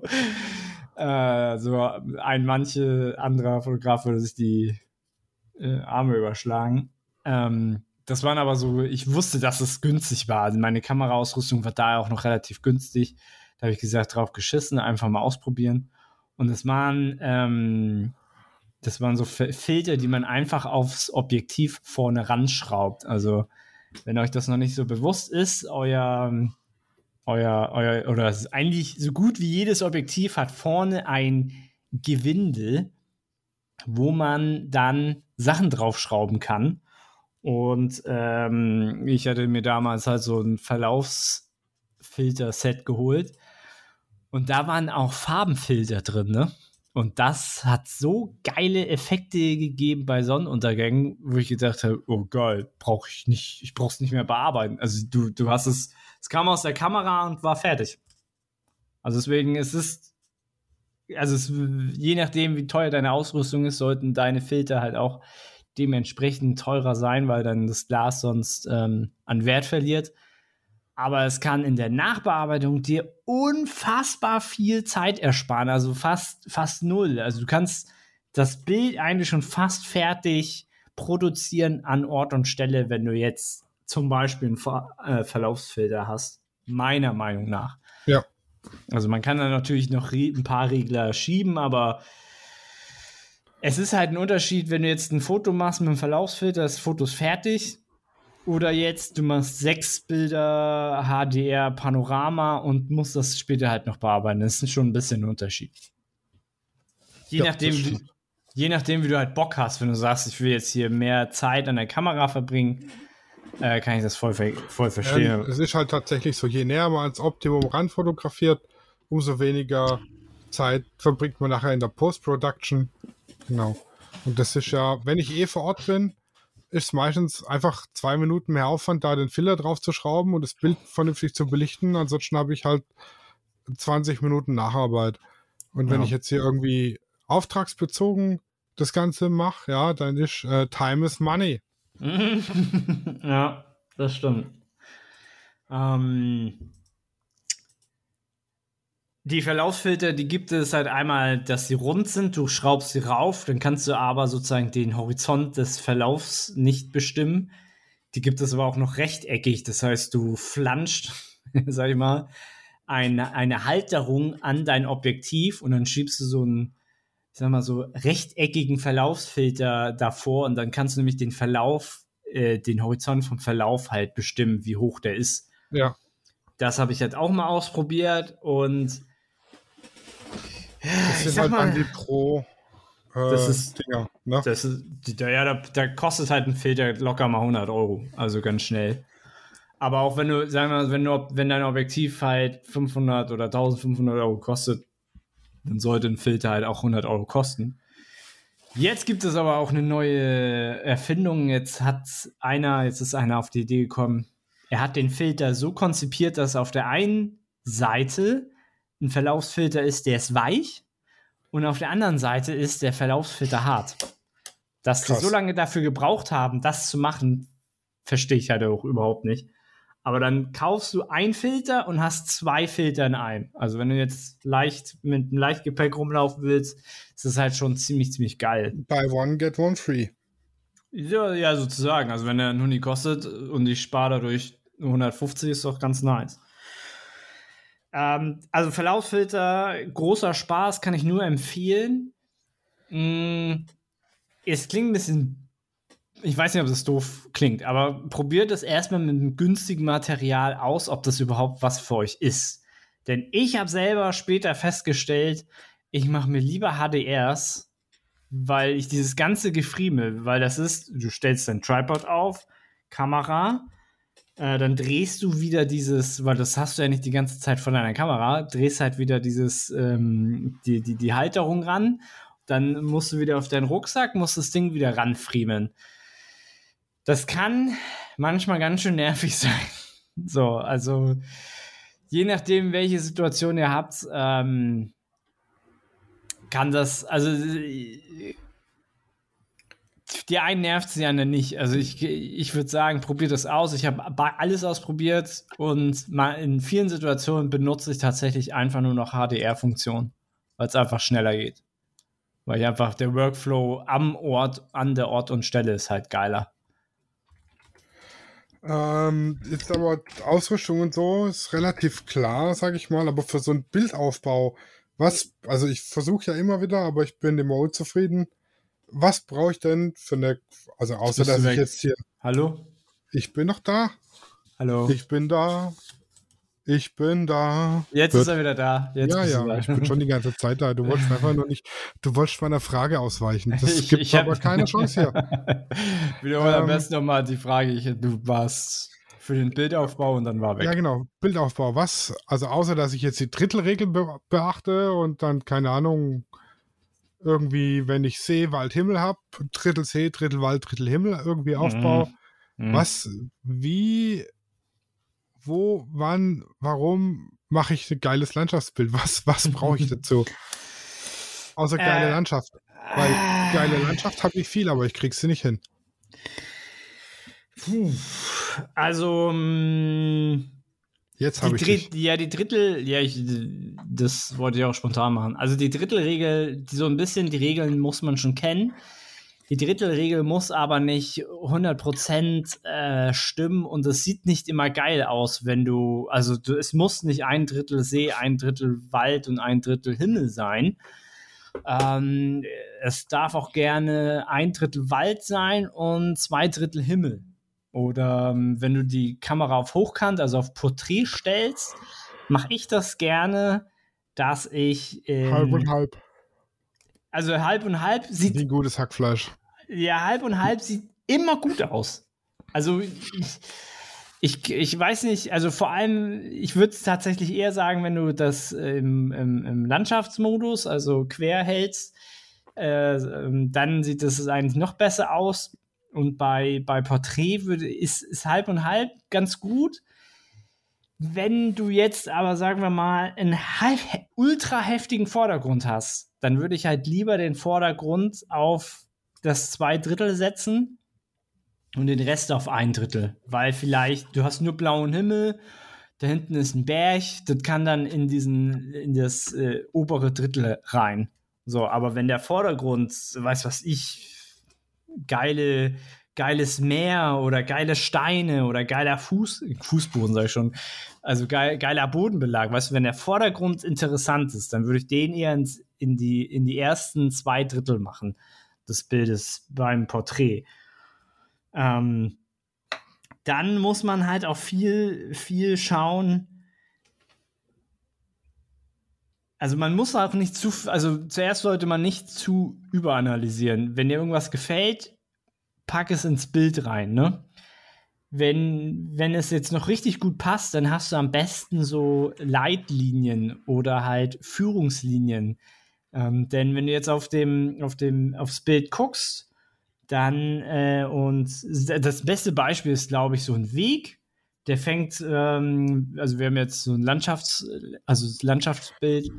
Äh, so ein manche anderer Fotograf würde sich die äh, Arme überschlagen. Ähm, das waren aber so, ich wusste, dass es günstig war. Also meine Kameraausrüstung war da auch noch relativ günstig. Da habe ich gesagt, drauf geschissen, einfach mal ausprobieren. Und es waren, ähm, das waren so Filter, die man einfach aufs Objektiv vorne ranschraubt. Also wenn euch das noch nicht so bewusst ist, euer Euer, euer, oder es ist eigentlich so gut wie jedes Objektiv hat vorne ein Gewinde, wo man dann Sachen draufschrauben kann. Und ähm, ich hatte mir damals halt so ein Verlaufsfilter-Set geholt. Und da waren auch Farbenfilter drin, ne? Und das hat so geile Effekte gegeben bei Sonnenuntergängen, wo ich gedacht habe, oh geil, brauche ich nicht, ich brauch's nicht mehr bearbeiten. Also du, du hast es, es kam aus der Kamera und war fertig. Also deswegen ist es, also es, je nachdem, wie teuer deine Ausrüstung ist, sollten deine Filter halt auch dementsprechend teurer sein, weil dann das Glas sonst ähm, an Wert verliert. Aber es kann in der Nachbearbeitung dir unfassbar viel Zeit ersparen, also fast, fast null. Also du kannst das Bild eigentlich schon fast fertig produzieren an Ort und Stelle, wenn du jetzt zum Beispiel einen Ver- äh, Verlaufsfilter hast, meiner Meinung nach. Ja. Also man kann da natürlich noch re- ein paar Regler schieben, aber es ist halt ein Unterschied, wenn du jetzt ein Foto machst mit einem Verlaufsfilter, das Foto ist fertig. Oder jetzt, du machst sechs Bilder H D R Panorama und musst das später halt noch bearbeiten. Das ist schon ein bisschen ein Unterschied. Je, Ja, nachdem, das wie, stimmt. je nachdem, wie du halt Bock hast. Wenn du sagst, ich will jetzt hier mehr Zeit an der Kamera verbringen, äh, kann ich das voll, ver- voll verstehen. Ähm, es ist halt tatsächlich so, je näher man ans Optimum ran fotografiert, umso weniger Zeit verbringt man nachher in der Post-Production. Genau. Und das ist ja, wenn ich eh vor Ort bin, ist meistens einfach zwei Minuten mehr Aufwand, da den Filter drauf zu schrauben und das Bild vernünftig zu belichten. Ansonsten habe ich halt zwanzig Minuten Nacharbeit. Und wenn Ja. ich jetzt hier irgendwie auftragsbezogen das Ganze mache, ja, dann ist äh, Time is Money. Ja, das stimmt. Ähm, die Verlaufsfilter, die gibt es halt einmal, dass sie rund sind, du schraubst sie rauf, dann kannst du aber sozusagen den Horizont des Verlaufs nicht bestimmen. Die gibt es aber auch noch rechteckig, das heißt, du flanscht, sag ich mal, eine, eine Halterung an dein Objektiv und dann schiebst du so einen, ich sag mal so, rechteckigen Verlaufsfilter davor und dann kannst du nämlich den Verlauf, äh, den Horizont vom Verlauf halt bestimmen, wie hoch der ist. Ja. Das habe ich jetzt auch mal ausprobiert und Das ich sind sag halt mal, dann die Pro äh, das ist- Dinger, ne? das ist, da, ja, da, da kostet halt ein Filter locker mal hundert Euro, also ganz schnell. Aber auch wenn du, sagen wir mal, wenn, du, wenn dein Objektiv halt fünfhundert oder eintausendfünfhundert Euro kostet, dann sollte ein Filter halt auch hundert Euro kosten. Jetzt gibt es aber auch eine neue Erfindung. Jetzt hat einer, jetzt ist einer auf die Idee gekommen, er hat den Filter so konzipiert, dass auf der einen Seite ein Verlaufsfilter ist, der ist weich und auf der anderen Seite ist der Verlaufsfilter hart. Dass die Krass. so lange dafür gebraucht haben, das zu machen, verstehe ich halt auch überhaupt nicht. Aber dann kaufst du einen Filter und hast zwei Filter in einem. Also wenn du jetzt leicht mit einem Leichtgepäck rumlaufen willst, ist das halt schon ziemlich, ziemlich geil. Buy one, get one free. Ja, ja, sozusagen. Also wenn der einen Huni kostet und ich spare dadurch nur hundertfünfzig, ist doch ganz nice. Ähm, also Verlaufsfilter, großer Spaß, kann ich nur empfehlen. Mm, es klingt ein bisschen, ich weiß nicht, ob das doof klingt, aber probiert es erstmal mit einem günstigen Material aus, ob das überhaupt was für euch ist. Denn ich habe selber später festgestellt, ich mache mir lieber H D Rs, weil ich dieses ganze Gefriemel, weil das ist, du stellst dein Tripod auf, Kamera, äh, dann drehst du wieder dieses, weil das hast du ja nicht die ganze Zeit von deiner Kamera, drehst halt wieder dieses, ähm, die, die, die Halterung ran, dann musst du wieder auf deinen Rucksack, musst das Ding wieder ranfriemeln. Das kann manchmal ganz schön nervig sein. So, also je nachdem, welche Situation ihr habt, ähm, kann das, also die einen nervt es ja nicht. Also ich, ich würde sagen, probiert das aus. Ich habe alles ausprobiert und mal in vielen Situationen benutze ich tatsächlich einfach nur noch H D R-Funktion, weil es einfach schneller geht. Weil ich einfach der Workflow am Ort, an der Ort und Stelle ist halt geiler. Ähm, jetzt aber Ausrüstung und so ist relativ klar, sage ich mal, aber für so einen Bildaufbau, was, also ich versuche ja immer wieder, aber ich bin im Mode zufrieden. Was brauche ich denn für eine, also außer Bist du dass ich weg? jetzt hier, Hallo? ich bin noch da, Hallo? ich bin da, ich bin da. Jetzt Wird- ist er wieder da. Jetzt ja, bist du ja, da. ich bin schon die ganze Zeit da. Du wolltest einfach nur nicht, du wolltest meiner Frage ausweichen. Das Ich- gibt ich hab- aber keine Chance hier. Wiederhol am Ähm, besten nochmal die Frage. Ich, du warst für den Bildaufbau und dann war weg. Ja, genau. Bildaufbau. Was? Also außer, dass ich jetzt die Drittelregel be beachte und dann, keine Ahnung, irgendwie, wenn ich See, Wald, Himmel habe, Drittel See, Drittel Wald, Drittel Himmel irgendwie aufbaue. Mhm. Was, wie, wo, wann, warum mache ich ein geiles Landschaftsbild? Was, was brauche ich dazu? Außer geile Äh, Landschaft. Weil geile Landschaft habe ich viel, aber ich krieg sie nicht hin. Puh. Also, mh, Jetzt die, habe ich dich. Dritt, ja, die Drittel, ja, ich, das wollte ich auch spontan machen. Also die Drittelregel, die, so ein bisschen die Regeln muss man schon kennen. Die Drittelregel muss aber nicht hundert Prozent äh, stimmen und es sieht nicht immer geil aus, wenn du, also du, es muss nicht ein Drittel See, ein Drittel Wald und ein Drittel Himmel sein. Ähm, es darf auch gerne ein Drittel Wald sein und zwei Drittel Himmel. oder ähm, wenn du die Kamera auf Hochkant, also auf Porträt stellst, mache ich das gerne, dass ich ähm, halb und halb. Also halb und halb sieht... Wie gutes Hackfleisch. Ja, halb und halb sieht immer gut aus. Also ich, ich, ich weiß nicht, also vor allem, ich würde es tatsächlich eher sagen, wenn du das im, im, im Landschaftsmodus, also quer hältst, äh, dann sieht das eigentlich noch besser aus. Und bei, bei Porträt würde, ist, ist halb und halb ganz gut. Wenn du jetzt aber, sagen wir mal, einen halb, ultra heftigen Vordergrund hast, dann würde ich halt lieber den Vordergrund auf das zwei Drittel setzen und den Rest auf ein Drittel. Weil vielleicht, du hast nur blauen Himmel, da hinten ist ein Berg, das kann dann in diesen, in das äh, obere Drittel rein. So, aber wenn der Vordergrund, weiß was ich, geile, geiles Meer oder geile Steine oder geiler Fuß, Fußboden, sag ich schon, also geil, geiler Bodenbelag, weißt du, wenn der Vordergrund interessant ist, dann würde ich den eher ins, in, die, in die ersten zwei Drittel machen des Bildes beim Porträt. Ähm, dann muss man halt auch viel, viel schauen. Also man muss auch nicht zu, also zuerst sollte man nicht zu überanalysieren. Wenn dir irgendwas gefällt, pack es ins Bild rein, ne? Wenn, wenn es jetzt noch richtig gut passt, dann hast du am besten so Leitlinien oder halt Führungslinien. Ähm, denn wenn du jetzt auf dem, auf dem, aufs Bild guckst, dann, äh, und das beste Beispiel ist, glaube ich, so ein Weg, der fängt, ähm, also wir haben jetzt so ein Landschafts-, also das Landschaftsbild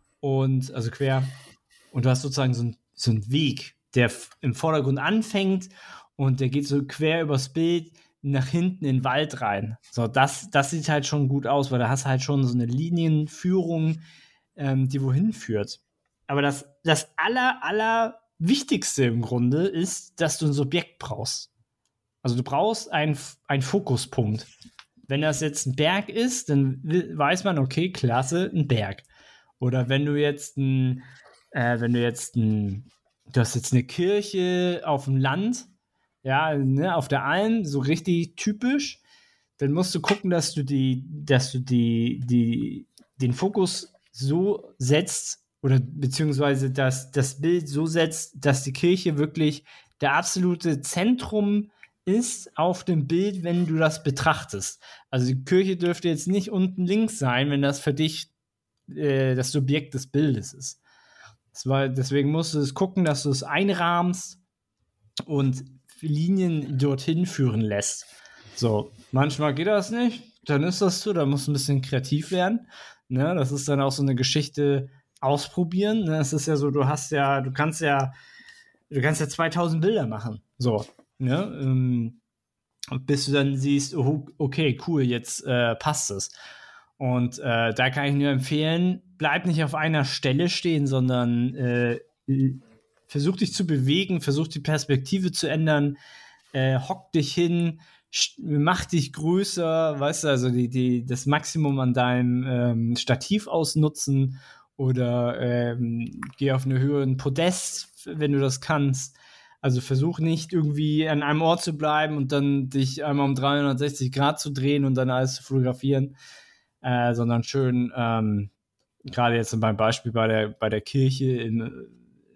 und, also quer, und du hast sozusagen so ein, so ein Weg, der f- im Vordergrund anfängt und der geht so quer übers Bild nach hinten in den Wald rein. So, das, das sieht halt schon gut aus, weil da hast du halt schon so eine Linienführung, ähm, die wohin führt. Aber das, das aller, aller Wichtigste im Grunde ist, dass du ein Subjekt brauchst. Also du brauchst einen ein Fokuspunkt. Wenn das jetzt ein Berg ist, dann weiß man, okay, klasse, ein Berg. Oder wenn du jetzt ein, äh, wenn du jetzt ein, du hast jetzt eine Kirche auf dem Land, ja, ne, auf der Alm, so richtig typisch, dann musst du gucken, dass du die, dass du die, die, den Fokus so setzt, oder beziehungsweise dass das Bild so setzt, dass die Kirche wirklich der absolute Zentrum ist auf dem Bild, wenn du das betrachtest. Also die Kirche dürfte jetzt nicht unten links sein, wenn das für dich äh, das Subjekt des Bildes ist. Das war, deswegen musst du es gucken, dass du es einrahmst und Linien dorthin führen lässt. So, manchmal geht das nicht, dann ist das so, da musst du ein bisschen kreativ werden. Ne? Das ist dann auch so eine Geschichte ausprobieren. Ne? Es ist ja so, du hast ja, du kannst ja, du kannst ja zweitausend Bilder machen. So, ne? Ähm, bis du dann siehst, oh, okay, cool, jetzt äh, passt es. Und äh, da kann ich nur empfehlen, bleib nicht auf einer Stelle stehen, sondern äh, versuch dich zu bewegen, versuch die Perspektive zu ändern, äh, hock dich hin, mach dich größer, weißt du, also die, die, das Maximum an deinem ähm, Stativ ausnutzen oder ähm, geh auf eine Höhe, ein Podest, wenn du das kannst. Also versuch nicht irgendwie an einem Ort zu bleiben und dann dich einmal um dreihundertsechzig Grad zu drehen und dann alles zu fotografieren, äh, sondern schön, ähm, gerade jetzt beim Beispiel bei der, bei der Kirche in,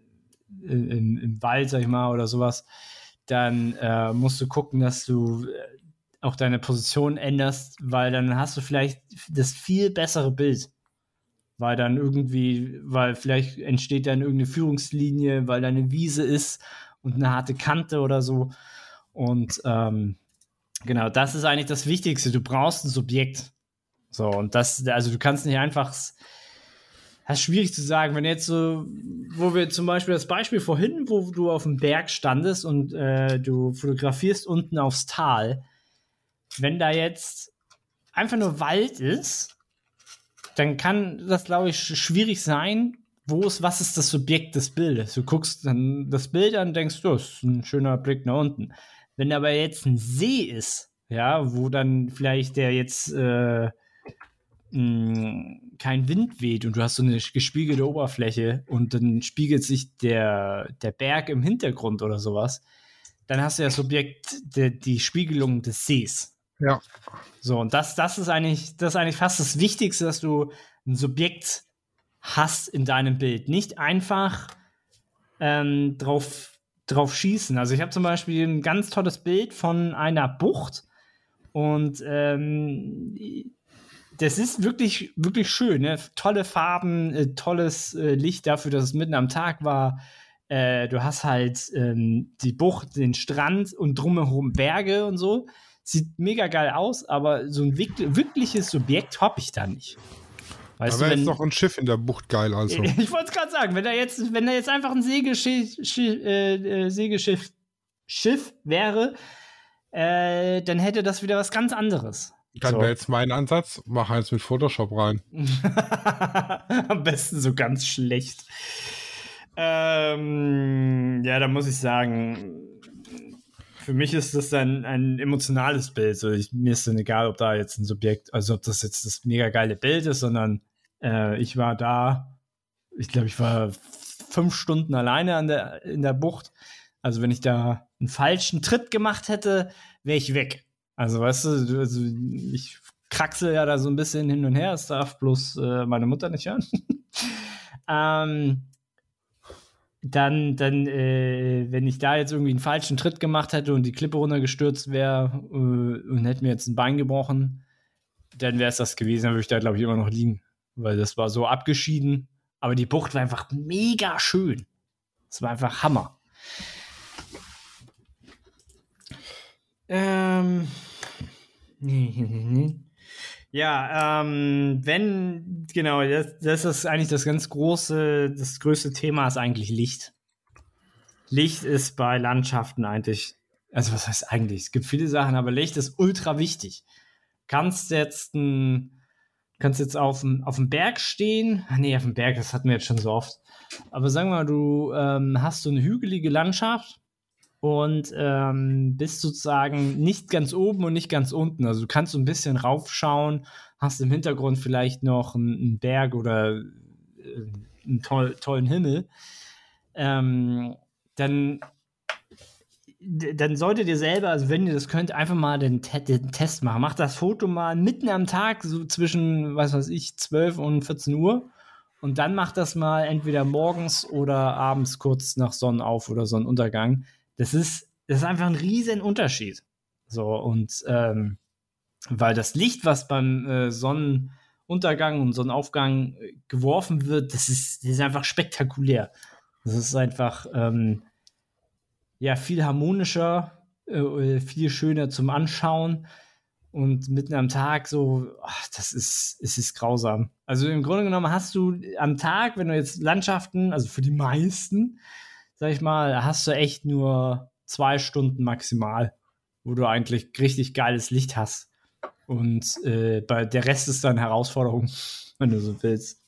in, im Wald, sag ich mal, oder sowas, dann äh, musst du gucken, dass du auch deine Position änderst, weil dann hast du vielleicht das viel bessere Bild. Weil dann irgendwie, weil vielleicht entsteht dann irgendeine Führungslinie, weil da eine Wiese ist und eine harte Kante oder so. Und ähm, genau, das ist eigentlich das Wichtigste. Du brauchst ein Subjekt. So, und das, also du kannst nicht einfach, das ist schwierig zu sagen, wenn jetzt so, wo wir zum Beispiel das Beispiel vorhin, wo du auf dem Berg standest und äh, du fotografierst unten aufs Tal, wenn da jetzt einfach nur Wald ist, dann kann das, glaube ich, schwierig sein, wo ist, was ist das Subjekt des Bildes? Du guckst dann das Bild an und denkst, oh, das ist ein schöner Blick nach unten. Wenn aber jetzt ein See ist, ja, wo dann vielleicht der jetzt äh, mh, kein Wind weht und du hast so eine gespiegelte Oberfläche und dann spiegelt sich der, der Berg im Hintergrund oder sowas, dann hast du ja das Subjekt, die, die Spiegelung des Sees. Ja. So, und das, das ist eigentlich, das ist eigentlich fast das Wichtigste, dass du ein Subjekt hast in deinem Bild. Nicht einfach ähm, drauf, drauf schießen. Also ich habe zum Beispiel ein ganz tolles Bild von einer Bucht und ähm, das ist wirklich, wirklich schön. Ne? Tolle Farben, äh, tolles äh, Licht dafür, dass es mitten am Tag war. Äh, du hast halt ähm, die Bucht, den Strand und drumherum Berge und so. Sieht mega geil aus, aber so ein wirk- wirkliches Subjekt habe ich da nicht. Weißt da wäre du, jetzt noch ein Schiff in der Bucht geil, also. Ich wollte es gerade sagen, wenn da jetzt, wenn da jetzt einfach ein Segelschiff, Schiff, äh, Segelschiff Schiff wäre, äh, dann hätte das wieder was ganz anderes. Dann So. wäre jetzt mein Ansatz, mach eins mit Photoshop rein. Am besten so ganz schlecht. Ähm, ja, da muss ich sagen, für mich ist das dann ein emotionales Bild. So, ich, mir ist dann egal, ob da jetzt ein Subjekt, also ob das jetzt das mega geile Bild ist, sondern äh, ich war da, ich glaube, ich war fünf Stunden alleine an der, in der Bucht. Also wenn ich da einen falschen Tritt gemacht hätte, wäre ich weg. Also weißt du, also ich kraxel ja da so ein bisschen hin und her, das darf bloß äh, meine Mutter nicht hören. ähm, dann, dann äh, wenn ich da jetzt irgendwie einen falschen Tritt gemacht hätte und die Klippe runtergestürzt wäre äh, und hätte mir jetzt ein Bein gebrochen, dann wäre es das gewesen, dann würde ich da, glaube ich, immer noch liegen. Weil das war so abgeschieden. Aber die Bucht war einfach mega schön. Es war einfach Hammer. Ähm. Ja, ähm, wenn, genau, das, das ist eigentlich das ganz große, das größte Thema ist eigentlich Licht. Licht ist bei Landschaften eigentlich, also was heißt eigentlich? Es gibt viele Sachen, aber Licht ist ultra wichtig. Kannst jetzt ein, kannst jetzt auf dem, auf dem Berg stehen. Ach nee, auf dem Berg, das hatten wir jetzt schon so oft. Aber sagen wir mal, du ähm, hast so eine hügelige Landschaft und ähm, bist sozusagen nicht ganz oben und nicht ganz unten. Also du kannst so ein bisschen raufschauen, hast im Hintergrund vielleicht noch einen, einen Berg oder äh, einen toll, tollen Himmel. Ähm, dann, dann solltet ihr selber, also wenn ihr das könnt, einfach mal den, Te- den Test machen. Macht das Foto mal mitten am Tag, so zwischen, was weiß ich, zwölf und vierzehn Uhr. Und dann macht das mal entweder morgens oder abends kurz nach Sonnenauf- oder Sonnenuntergang. Das ist, das ist einfach ein riesen Unterschied. So, und ähm, weil das Licht, was beim äh, Sonnenuntergang und Sonnenaufgang äh, geworfen wird, das ist, das ist einfach spektakulär. Das ist einfach ähm, ja, viel harmonischer, äh, viel schöner zum Anschauen. Und mitten am Tag so, ach, das ist, es ist grausam. Also im Grunde genommen hast du am Tag, wenn du jetzt Landschaften, also für die meisten, sag ich mal, hast du echt nur zwei Stunden maximal, wo du eigentlich richtig geiles Licht hast. Und äh, bei der Rest ist dann Herausforderung, wenn du so willst.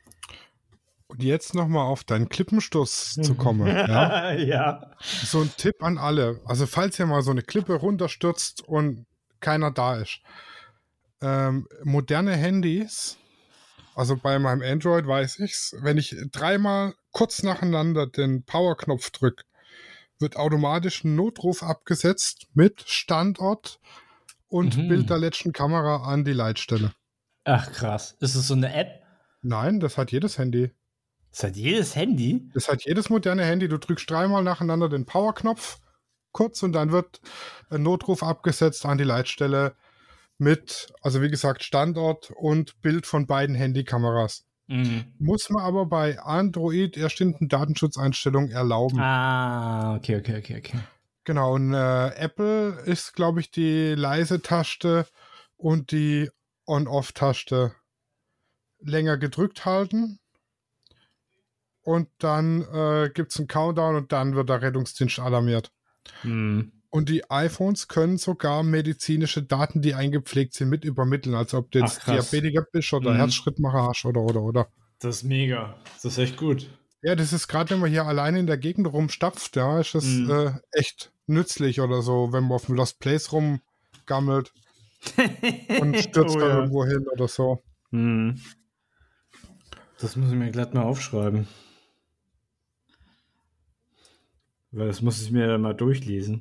Und jetzt nochmal auf deinen Klippenstoß zu kommen. Ja? Ja. So ein Tipp an alle. Also falls ihr mal so eine Klippe runterstürzt und keiner da ist. Ähm, moderne Handys, also bei meinem Android weiß ich's, wenn ich dreimal kurz nacheinander den Power-Knopf drücke, wird automatisch ein Notruf abgesetzt mit Standort und Mhm. Bild der letzten Kamera an die Leitstelle. Ach krass. Ist es so eine App? Nein, das hat jedes Handy. Das hat jedes Handy? Das hat jedes moderne Handy. Du drückst dreimal nacheinander den Power-Knopf kurz und dann wird ein Notruf abgesetzt an die Leitstelle mit, also wie gesagt, Standort und Bild von beiden Handykameras. Mhm. Muss man aber bei Android erst in den Datenschutzeinstellungen erlauben. Ah, okay, okay, okay, okay. Genau, und äh, Apple ist, glaube ich, die leise-Taste und die On-Off-Taste länger gedrückt halten. Und dann äh, gibt es einen Countdown und dann wird der Rettungsdienst alarmiert. Mhm. Und die iPhones können sogar medizinische Daten, die eingepflegt sind, mit übermitteln. Also ob du jetzt Ach, krass. Diabetiker bist oder Mhm. Herzschrittmacher hast oder, oder, oder. Das ist mega. Das ist echt gut. Ja, das ist gerade, wenn man hier alleine in der Gegend rumstapft, ja, ist das Mhm. äh, echt nützlich oder so, wenn man auf dem Lost Place rumgammelt und stürzt Oh, da ja. irgendwo hin oder so. Mhm. Das muss ich mir glatt mal aufschreiben. Weil das muss ich mir dann mal durchlesen.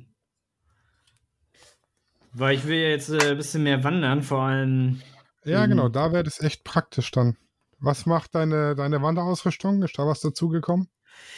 Weil ich will ja jetzt äh, ein bisschen mehr wandern, vor allem. Ja, genau, da wäre das echt praktisch dann. Was macht deine, deine Wanderausrüstung? Ist da was dazugekommen?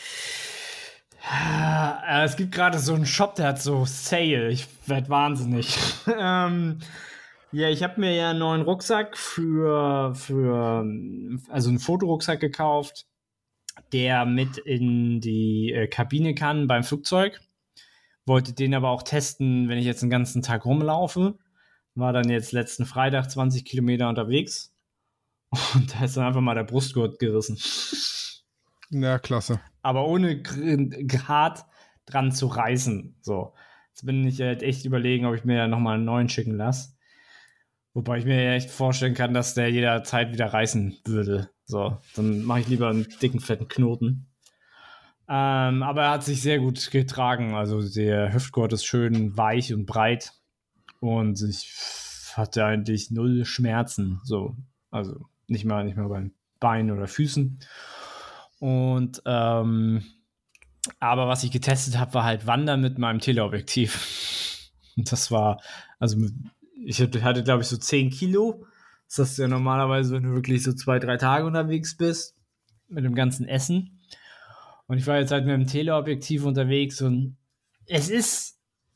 Äh, es gibt gerade so einen Shop, der hat so Sale. Ich werde wahnsinnig. ähm, ja, ich habe mir ja einen neuen Rucksack für, für also einen Fotorucksack gekauft, der mit in die äh, Kabine kann beim Flugzeug. Wollte den aber auch testen, wenn ich jetzt den ganzen Tag rumlaufe. War dann jetzt letzten Freitag zwanzig Kilometer unterwegs. Und da ist dann einfach mal der Brustgurt gerissen. Ja, klasse. Aber ohne hart dran zu reißen. So. Jetzt bin ich halt echt überlegen, ob ich mir nochmal einen neuen schicken lasse. Wobei ich mir echt vorstellen kann, dass der jederzeit wieder reißen würde. So, dann mache ich lieber einen dicken, fetten Knoten. Ähm, aber er hat sich sehr gut getragen. Also der Hüftgurt ist schön weich und breit. Und ich hatte eigentlich null Schmerzen. So, also nicht mal, nicht mal beim Bein oder Füßen. Und ähm, aber was ich getestet habe, war halt Wandern mit meinem Teleobjektiv. Und das war, also ich hatte, glaube ich, so zehn Kilo. Das hast du ja normalerweise, wenn du wirklich so zwei, drei Tage unterwegs bist, mit dem ganzen Essen. Und ich war jetzt halt mit dem Teleobjektiv unterwegs und es ist,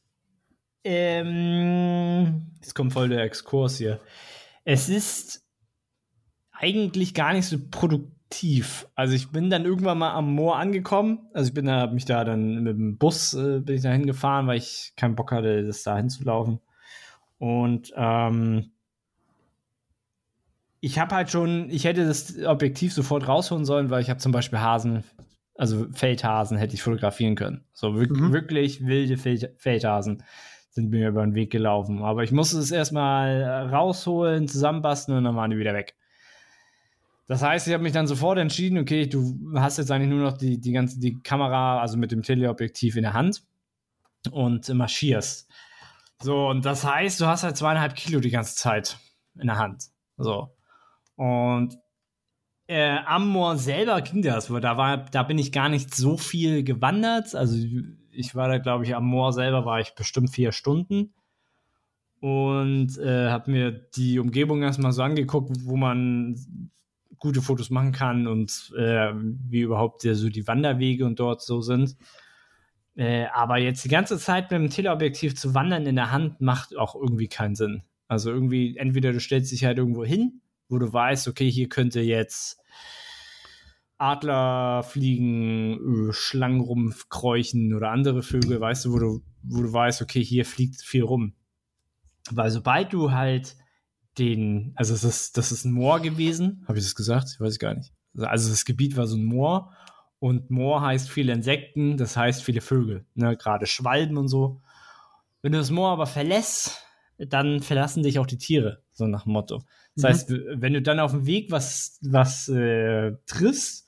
ähm, jetzt kommt voll der Exkurs hier. Es ist eigentlich gar nicht so produktiv. Also ich bin dann irgendwann mal am Moor angekommen. Also ich bin da, hab mich da dann mit dem Bus äh, bin ich da hingefahren, weil ich keinen Bock hatte, das da hinzulaufen. Und ähm, ich habe halt schon, ich hätte das Objektiv sofort rausholen sollen, weil ich habe zum Beispiel Hasen, also Feldhasen hätte ich fotografieren können. So wirklich, mhm. wirklich wilde Feld- Feldhasen sind mir über den Weg gelaufen. Aber ich musste es erstmal rausholen, zusammenbasteln und dann waren die wieder weg. Das heißt, ich habe mich dann sofort entschieden, okay, du hast jetzt eigentlich nur noch die, die ganze die Kamera, also mit dem Teleobjektiv in der Hand und marschierst. So, und das heißt, du hast halt zweieinhalb Kilo die ganze Zeit in der Hand. So. Und äh, am Moor selber ging das, weil da war, da bin ich gar nicht so viel gewandert. Also ich war da, glaube ich, am Moor selber war ich bestimmt vier Stunden und äh, habe mir die Umgebung erstmal so angeguckt, wo man gute Fotos machen kann und äh, wie überhaupt ja, so die Wanderwege und dort so sind. Äh, aber jetzt die ganze Zeit mit dem Teleobjektiv zu wandern in der Hand macht auch irgendwie keinen Sinn. Also irgendwie, entweder du stellst dich halt irgendwo hin, wo du weißt, okay, hier könnte jetzt Adler fliegen, Schlangen rumkräuchen oder andere Vögel, weißt du, wo du, wo du weißt, okay, hier fliegt viel rum. Weil sobald du halt den, also es ist, das ist ein Moor gewesen, habe ich das gesagt? Ich weiß gar nicht. Also das Gebiet war so ein Moor und Moor heißt viele Insekten, das heißt viele Vögel, ne, gerade Schwalben und so. Wenn du das Moor aber verlässt, dann verlassen dich auch die Tiere, so nach dem Motto. Das mhm. heißt, wenn du dann auf dem Weg was, was äh, triffst,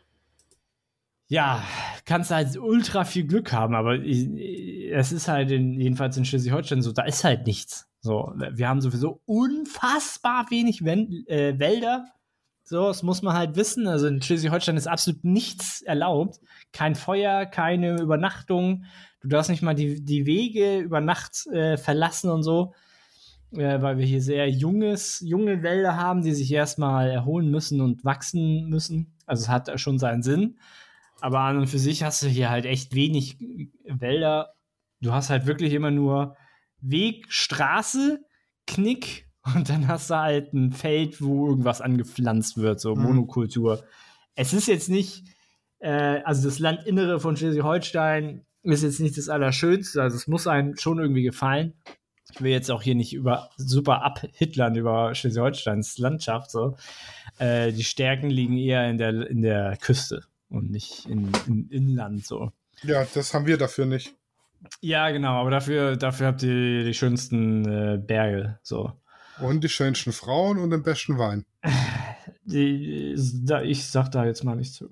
ja, kannst du halt ultra viel Glück haben, aber ich, es ist halt in, jedenfalls in Schleswig-Holstein so, da ist halt nichts. So, wir haben sowieso unfassbar wenig Wen- äh, Wälder. So, das muss man halt wissen. Also in Schleswig-Holstein ist absolut nichts erlaubt. Kein Feuer, keine Übernachtung. Du darfst nicht mal die, die Wege über Nacht äh, verlassen und so, äh, weil wir hier sehr junges, junge Wälder haben, die sich erstmal erholen müssen und wachsen müssen. Also es hat schon seinen Sinn. Aber an und für sich hast du hier halt echt wenig Wälder. Du hast halt wirklich immer nur Weg, Straße, Knick und dann hast du halt ein Feld, wo irgendwas angepflanzt wird, so mhm. Monokultur. Es ist jetzt nicht, äh, also das Landinnere von Schleswig-Holstein ist jetzt nicht das Allerschönste, also es muss einem schon irgendwie gefallen. Ich will jetzt auch hier nicht über super abhitlern über Schleswig-Holsteins Landschaft, so. Äh, die Stärken liegen eher in der, in der Küste und nicht in, in Inland, so. Ja, das haben wir dafür nicht. Ja, genau, aber dafür, dafür habt ihr die schönsten äh, Berge, so. Und die schönsten Frauen und den besten Wein. Die, da, ich sag da jetzt mal nicht zu.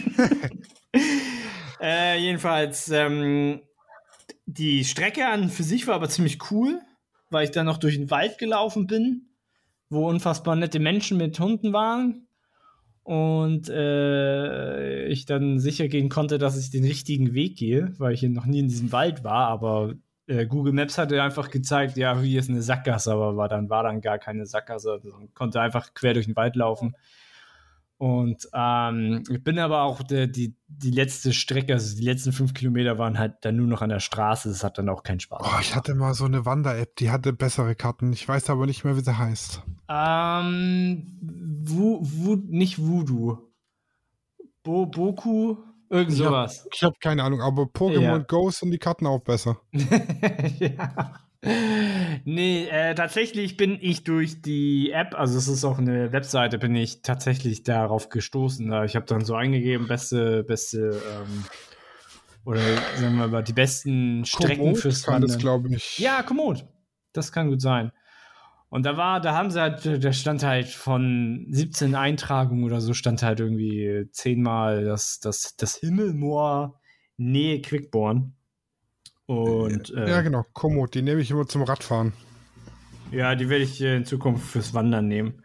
äh, jedenfalls, ähm, die Strecke an für sich war aber ziemlich cool, weil ich dann noch durch den Wald gelaufen bin, wo unfassbar nette Menschen mit Hunden waren. und äh, ich dann sicher gehen konnte, dass ich den richtigen Weg gehe, weil ich hier noch nie in diesem Wald war, aber äh, Google Maps hatte einfach gezeigt, ja, hier ist eine Sackgasse, aber war dann, war dann gar keine Sackgasse, also konnte einfach quer durch den Wald laufen. Und ähm, ich bin aber auch der, die, die letzte Strecke, also die letzten fünf Kilometer waren halt dann nur noch an der Straße. Das hat dann auch keinen Spaß Oh, ich hatte mal so eine Wander-App, die hatte bessere Karten. Ich weiß aber nicht mehr, wie sie heißt. Ähm, Wu, Wu, nicht Voodoo. Bo, Boku, irgend Ich habe sowas. hab keine Ahnung, aber Pokémon Ja. Go sind die Karten auch besser. Ja. Nee, äh, tatsächlich bin ich durch die App, also es ist auch eine Webseite, bin ich tatsächlich darauf gestoßen. Ich habe dann so eingegeben, beste, beste, ähm, oder sagen wir mal, die besten Strecken Komoot fürs kann Wandern. das, glaube ich. Ja, Komoot. Das kann gut sein. Und da war, da haben sie halt, da stand halt von siebzehn Eintragungen oder so, stand halt irgendwie zehnmal das, das, das Himmelmoor Nähe Quickborn. Und, äh, ja, genau, Komoot, die nehme ich immer zum Radfahren. Ja, die werde ich in Zukunft fürs Wandern nehmen.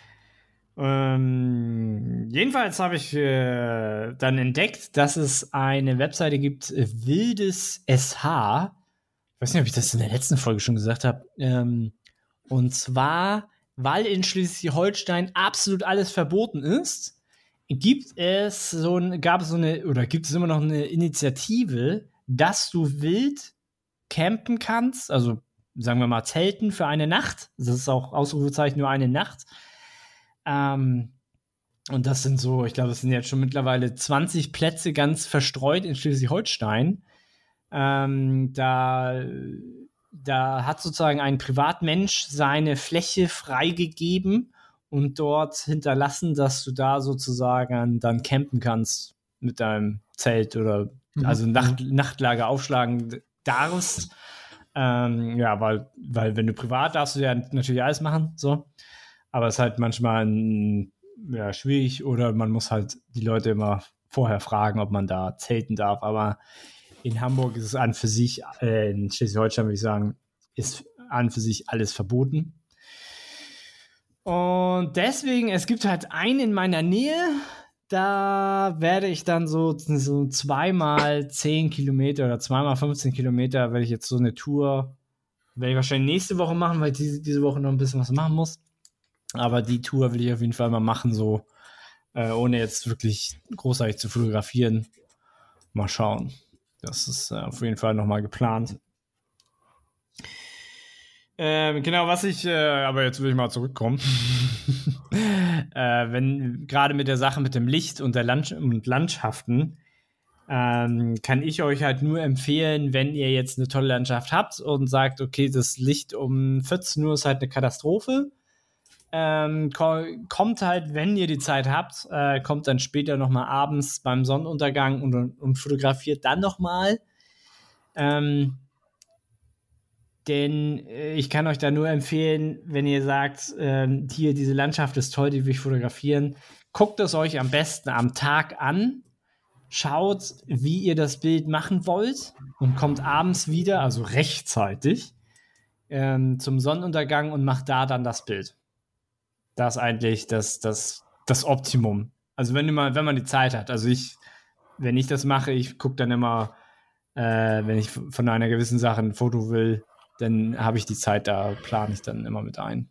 Ähm, jedenfalls habe ich äh, dann entdeckt, dass es eine Webseite gibt, äh, Wildes S H. Ich weiß nicht, ob ich das in der letzten Folge schon gesagt habe. Ähm, und zwar, weil in Schleswig-Holstein absolut alles verboten ist, gibt es so ein, gab es so eine, oder gibt es immer noch eine Initiative, dass du wild campen kannst, also sagen wir mal zelten für eine Nacht. Das ist auch Ausrufezeichen nur eine Nacht. Ähm, und das sind so, ich glaube, es sind jetzt schon mittlerweile zwanzig Plätze ganz verstreut in Schleswig-Holstein. Ähm, da, da hat sozusagen ein Privatmensch seine Fläche freigegeben und dort hinterlassen, dass du da sozusagen dann campen kannst mit deinem Zelt oder mhm. also Nacht, Nachtlager aufschlagen darfst. Ähm, ja, weil, weil wenn du privat darfst du ja natürlich alles machen, so. Aber es ist halt manchmal ein, ja, schwierig oder man muss halt die Leute immer vorher fragen, ob man da zelten darf. Aber in Hamburg ist es an für sich, äh, in Schleswig-Holstein würde ich sagen, ist an für sich alles verboten. Und deswegen, es gibt halt einen in meiner Nähe, da werde ich dann so, so zweimal zehn Kilometer oder zweimal fünfzehn Kilometer werde ich jetzt so eine Tour, werde ich wahrscheinlich nächste Woche machen, weil ich diese, diese Woche noch ein bisschen was machen muss. Aber die Tour will ich auf jeden Fall mal machen, so äh, ohne jetzt wirklich großartig zu fotografieren. Mal schauen. Das ist äh, auf jeden Fall nochmal geplant. Ähm, genau, was ich, äh, aber jetzt will ich mal zurückkommen. äh, wenn, gerade mit der Sache mit dem Licht und der Land- und Landschaften, ähm, kann ich euch halt nur empfehlen, wenn ihr jetzt eine tolle Landschaft habt und sagt, okay, das Licht um vierzehn Uhr ist halt eine Katastrophe. Ähm, ko- kommt halt, wenn ihr die Zeit habt, äh, kommt dann später nochmal abends beim Sonnenuntergang und, und, und fotografiert dann nochmal. Ähm, Denn äh, ich kann euch da nur empfehlen, wenn ihr sagt, äh, hier, diese Landschaft ist toll, die will ich fotografieren, guckt es euch am besten am Tag an, schaut, wie ihr das Bild machen wollt und kommt abends wieder, also rechtzeitig, ähm, zum Sonnenuntergang und macht da dann das Bild. Das ist eigentlich das, das, das Optimum. Also wenn, immer, wenn man die Zeit hat. Also ich, wenn ich das mache, ich gucke dann immer, äh, wenn ich von einer gewissen Sache ein Foto will, dann habe ich die Zeit, da plane ich dann immer mit ein.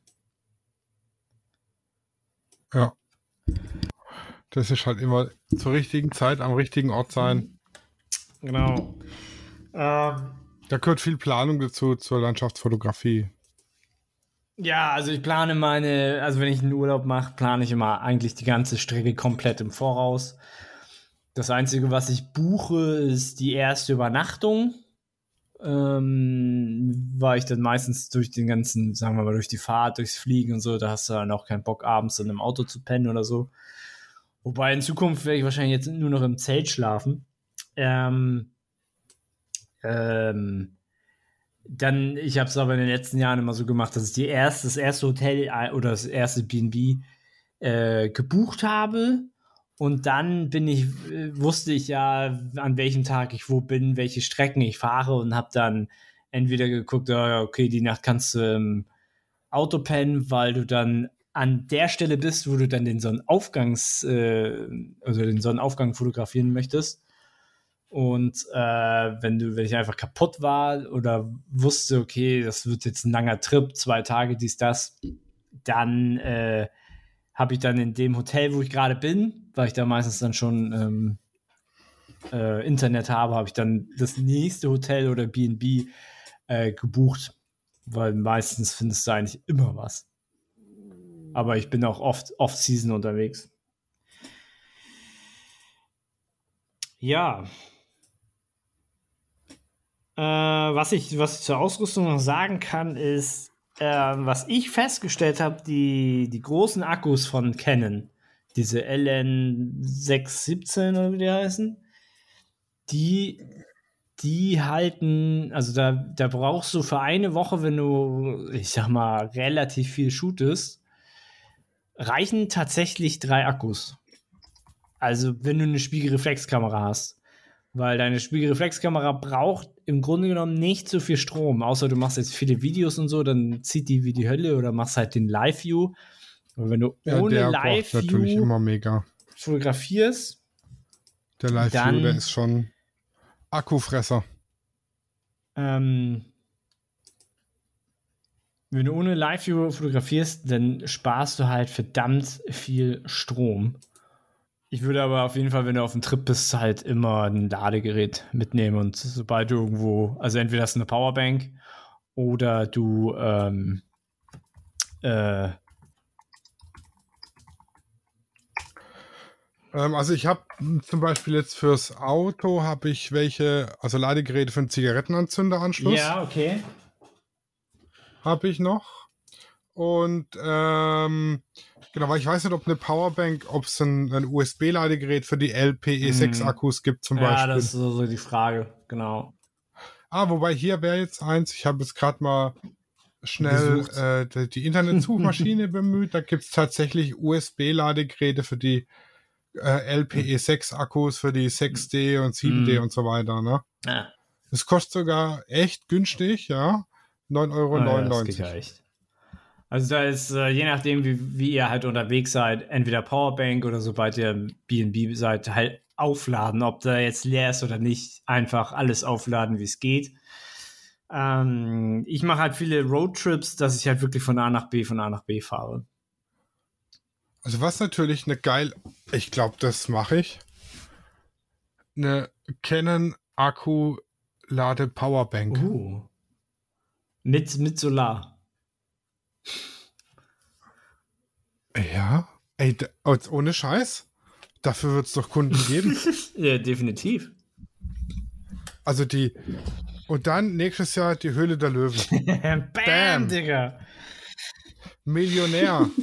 Ja. Das ist halt immer zur richtigen Zeit am richtigen Ort sein. Genau. Ähm, da gehört viel Planung dazu, zur Landschaftsfotografie. Ja, also ich plane meine, also wenn ich einen Urlaub mache, plane ich immer eigentlich die ganze Strecke komplett im Voraus. Das Einzige, was ich buche, ist die erste Übernachtung. Ähm, weil ich dann meistens durch den ganzen, sagen wir mal, durch die Fahrt, durchs Fliegen und so, da hast du dann auch keinen Bock, abends in einem Auto zu pennen oder so. Wobei in Zukunft werde ich wahrscheinlich jetzt nur noch im Zelt schlafen. Ähm, ähm, dann, ich habe es aber in den letzten Jahren immer so gemacht, dass ich die erste, das erste Hotel oder das erste B und B äh, gebucht habe. Und dann bin ich, wusste ich ja, an welchem Tag ich wo bin, welche Strecken ich fahre und habe dann entweder geguckt, okay, die Nacht kannst du im Auto pennen, weil du dann an der Stelle bist, wo du dann den Sonnenaufgangs, äh, also den Sonnenaufgang fotografieren möchtest. Und äh, wenn du, wenn ich einfach kaputt war oder wusste, okay, das wird jetzt ein langer Trip, zwei Tage, dies, das, dann äh, habe ich dann in dem Hotel, wo ich gerade bin, weil ich da meistens dann schon ähm, äh, Internet habe, habe ich dann das nächste Hotel oder B and B äh, gebucht, weil meistens findest du eigentlich immer was. Aber ich bin auch oft Off-Season unterwegs. Ja. Äh, was, ich, was ich zur Ausrüstung noch sagen kann, ist, äh, was ich festgestellt habe, die, die großen Akkus von Canon, diese L N sechs siebzehn oder wie die heißen, die, die halten, also da, da brauchst du für eine Woche, wenn du, ich sag mal, relativ viel shootest, reichen tatsächlich drei Akkus. Also wenn du eine Spiegelreflexkamera hast. Weil deine Spiegelreflexkamera braucht im Grunde genommen nicht so viel Strom, außer du machst jetzt viele Videos und so, dann zieht die wie die Hölle oder machst halt den Live-View. Aber wenn du ja, ohne der Live-View natürlich immer mega. fotografierst, der Live-View, der ist schon Akkufresser. Ähm, wenn du ohne Live-View fotografierst, dann sparst du halt verdammt viel Strom. Ich würde aber auf jeden Fall, wenn du auf dem Trip bist, halt immer ein Ladegerät mitnehmen und sobald du irgendwo, also entweder hast du eine Powerbank oder du ähm, äh, ähm, also ich habe zum Beispiel jetzt fürs Auto habe ich welche, also Ladegeräte für einen Zigarettenanzünderanschluss. Ja, okay. Habe ich noch. Und ähm, genau, weil ich weiß nicht, ob eine Powerbank, ob es ein, ein U S B-Ladegerät für die L P E sechs Akkus gibt zum ja, Beispiel. Ja, das ist so die Frage, genau. Ah, wobei hier wäre jetzt eins, ich habe jetzt gerade mal schnell äh, die, die Internetsuchmaschine bemüht, da gibt es tatsächlich U S B-Ladegeräte für die äh, L P E sechs Akkus, für die sechs D und sieben D mm. und so weiter, ne? Ja. Das kostet sogar echt günstig, ja, neun Euro neunundneunzig. Ah, ja, das geht ja echt. Also da ist, äh, je nachdem, wie, wie ihr halt unterwegs seid, entweder Powerbank oder sobald ihr B and B seid, halt aufladen, ob da jetzt leer ist oder nicht, einfach alles aufladen, wie es geht. Ähm, ich mache halt viele Roadtrips, dass ich halt wirklich von A nach B, von A nach B fahre. Also was natürlich eine geil, ich glaube, das mache ich, eine Canon Akku Lade Powerbank. Uh. Mit, mit Solar. Ja, ey, d- ohne Scheiß. Dafür wird es doch Kunden geben. Ja, definitiv. Also die, und dann nächstes Jahr die Höhle der Löwen. Bam, Bam. Digga. Millionär.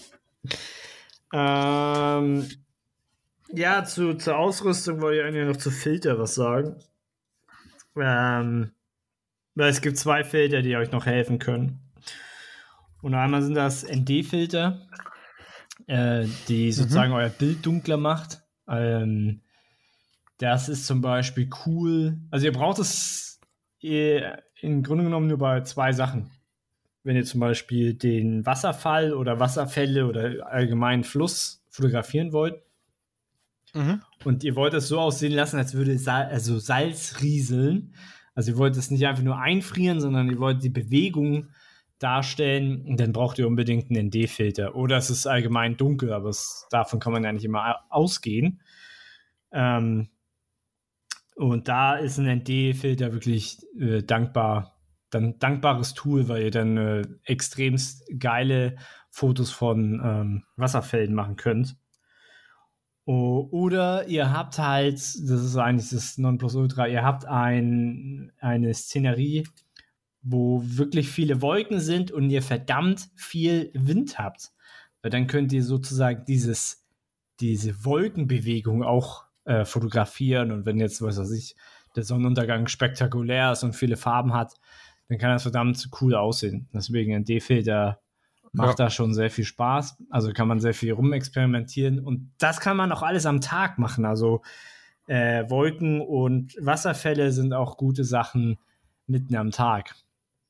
ähm, ja, zu, zur Ausrüstung wollte ich eigentlich noch zu Filter was sagen. Ähm, weil es gibt zwei Filter, die euch noch helfen können. Und einmal sind das N D-Filter, äh, die sozusagen mhm. euer Bild dunkler macht. Ähm, das ist zum Beispiel cool. Also ihr braucht es ihr, im Grunde genommen nur bei zwei Sachen. Wenn ihr zum Beispiel den Wasserfall oder Wasserfälle oder allgemeinen Fluss fotografieren wollt mhm. und ihr wollt es so aussehen lassen, als würde Sal- also Salz rieseln. Also ihr wollt es nicht einfach nur einfrieren, sondern ihr wollt die Bewegung darstellen, und dann braucht ihr unbedingt einen N D-Filter. Oder es ist allgemein dunkel, aber es, davon kann man ja nicht immer ausgehen. Ähm, und da ist ein N D-Filter wirklich äh, dankbar, dann dankbares Tool, weil ihr dann äh, extremst geile Fotos von ähm, Wasserfällen machen könnt. O- oder ihr habt halt, das ist eigentlich das Nonplusultra, ihr habt ein, eine Szenerie, wo wirklich viele Wolken sind und ihr verdammt viel Wind habt. Weil dann könnt ihr sozusagen dieses, diese Wolkenbewegung auch äh, fotografieren. Und wenn jetzt, was weiß ich, der Sonnenuntergang spektakulär ist und viele Farben hat, dann kann das verdammt cool aussehen. Deswegen ein D-Filter macht ja. da schon sehr viel Spaß. Also kann man sehr viel rumexperimentieren. Und das kann man auch alles am Tag machen. Also äh, Wolken und Wasserfälle sind auch gute Sachen mitten am Tag.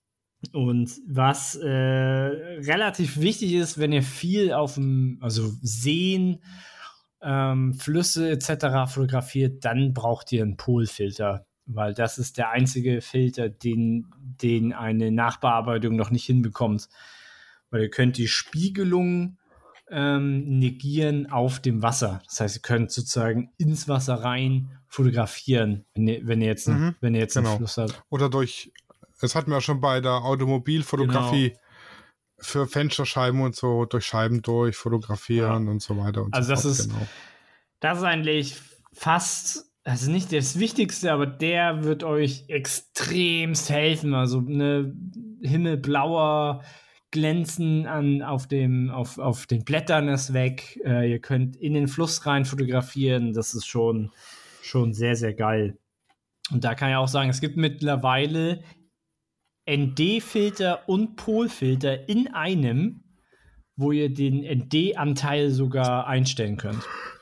Und was äh, relativ wichtig ist, wenn ihr viel auf dem, also Seen, ähm, Flüsse et cetera fotografiert, dann braucht ihr einen Polfilter, weil das ist der einzige Filter, den, den eine Nachbearbeitung noch nicht hinbekommt. Weil ihr könnt die Spiegelung ähm, negieren auf dem Wasser. Das heißt, ihr könnt sozusagen ins Wasser rein fotografieren, wenn ihr, wenn ihr jetzt, Mhm, einen, wenn ihr jetzt genau. einen Fluss habt. Oder durch, das hatten wir ja schon bei der Automobilfotografie, Genau. für Fensterscheiben und so, durch Scheiben durch fotografieren Ja. und so weiter. Und Also so das fort, ist, genau. das ist eigentlich fast, also nicht das Wichtigste, aber der wird euch extremst helfen. Also eine himmelblauer Glänzen an, auf, dem, auf, auf den Blättern ist weg. Äh, ihr könnt in den Fluss rein fotografieren. Das ist schon, schon sehr, sehr geil. Und da kann ich auch sagen, es gibt mittlerweile N D-Filter und Polfilter in einem, wo ihr den N D-Anteil sogar einstellen könnt.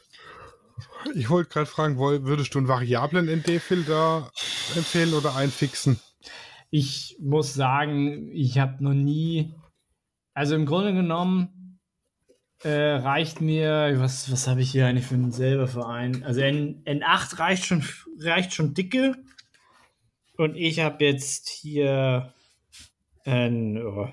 Ich wollte gerade fragen, würdest du einen variablen N D-Filter empfehlen oder einen fixen? Ich muss sagen, ich habe noch nie, also im Grunde genommen äh, reicht mir, was, was habe ich hier eigentlich für einen selber Verein? Also N, N acht reicht schon, reicht schon dicke und ich habe jetzt hier ein oh,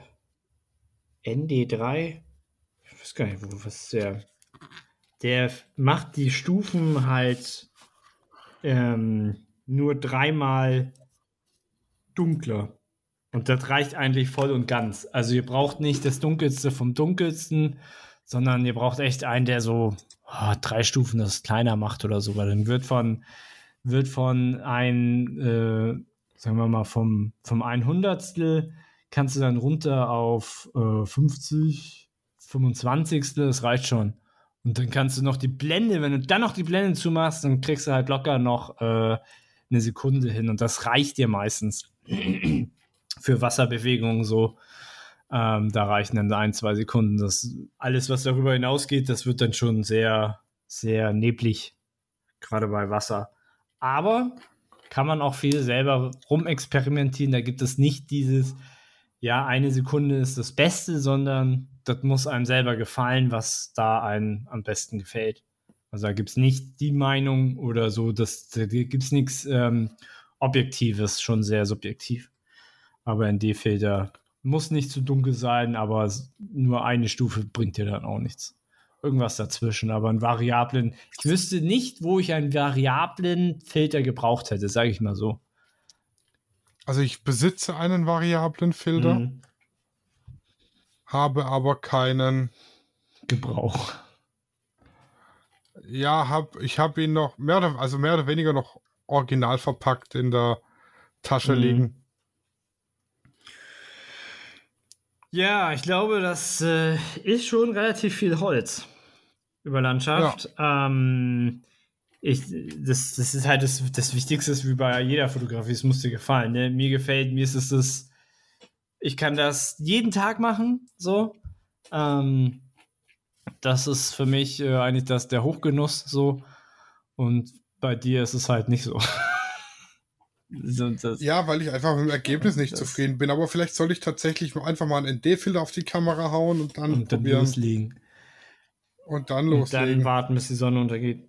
N D drei, ich weiß gar nicht, wo, was ist der? Der macht die Stufen halt ähm, nur dreimal dunkler. Und das reicht eigentlich voll und ganz. Also ihr braucht nicht das Dunkelste vom Dunkelsten, sondern ihr braucht echt einen, der so oh, drei Stufen das kleiner macht oder so, weil dann wird von, wird von ein, äh, sagen wir mal, vom, vom ein Hundertstel kannst du dann runter auf äh, fünfzig, fünfundzwanzigstel, das reicht schon. Und dann kannst du noch die Blende, wenn du dann noch die Blende zumachst, dann kriegst du halt locker noch äh, eine Sekunde hin. Und das reicht dir meistens für Wasserbewegungen so. Ähm, da reichen dann ein, zwei Sekunden. Das, alles, was darüber hinausgeht, das wird dann schon sehr, sehr neblig, gerade bei Wasser. Aber kann man auch viel selber rumexperimentieren. Da gibt es nicht dieses, ja, eine Sekunde ist das Beste, sondern das muss einem selber gefallen, was da einem am besten gefällt. Also da gibt es nicht die Meinung oder so, das, da gibt es nichts ähm, Objektives, schon sehr subjektiv. Aber N D-Filter muss nicht zu dunkel sein, aber nur eine Stufe bringt dir dann auch nichts. Irgendwas dazwischen, aber einen variablen, ich wüsste nicht, wo ich einen variablen Filter gebraucht hätte, sage ich mal so. Also ich besitze einen variablen Filter, Mhm. habe aber keinen Gebrauch. Ja, hab, ich habe ihn noch mehr oder, also mehr oder weniger noch original verpackt in der Tasche Mhm. liegen. Ja, ich glaube, das äh, ist schon relativ viel Holz über Landschaft. Ähm, ich, das, das ist halt das, das Wichtigste, wie bei jeder Fotografie. Es muss dir gefallen. Ne? Mir gefällt, mir ist es das, ich kann das jeden Tag machen, so. Ähm, das ist für mich äh, eigentlich das, der Hochgenuss, so. Und bei dir ist es halt nicht so. so das, Ja, weil ich einfach mit dem Ergebnis nicht Das- zufrieden bin. Aber vielleicht soll ich tatsächlich einfach mal einen N D-Filter auf die Kamera hauen und dann und dann probieren loslegen. und dann Und loslegen. dann warten, bis die Sonne untergeht.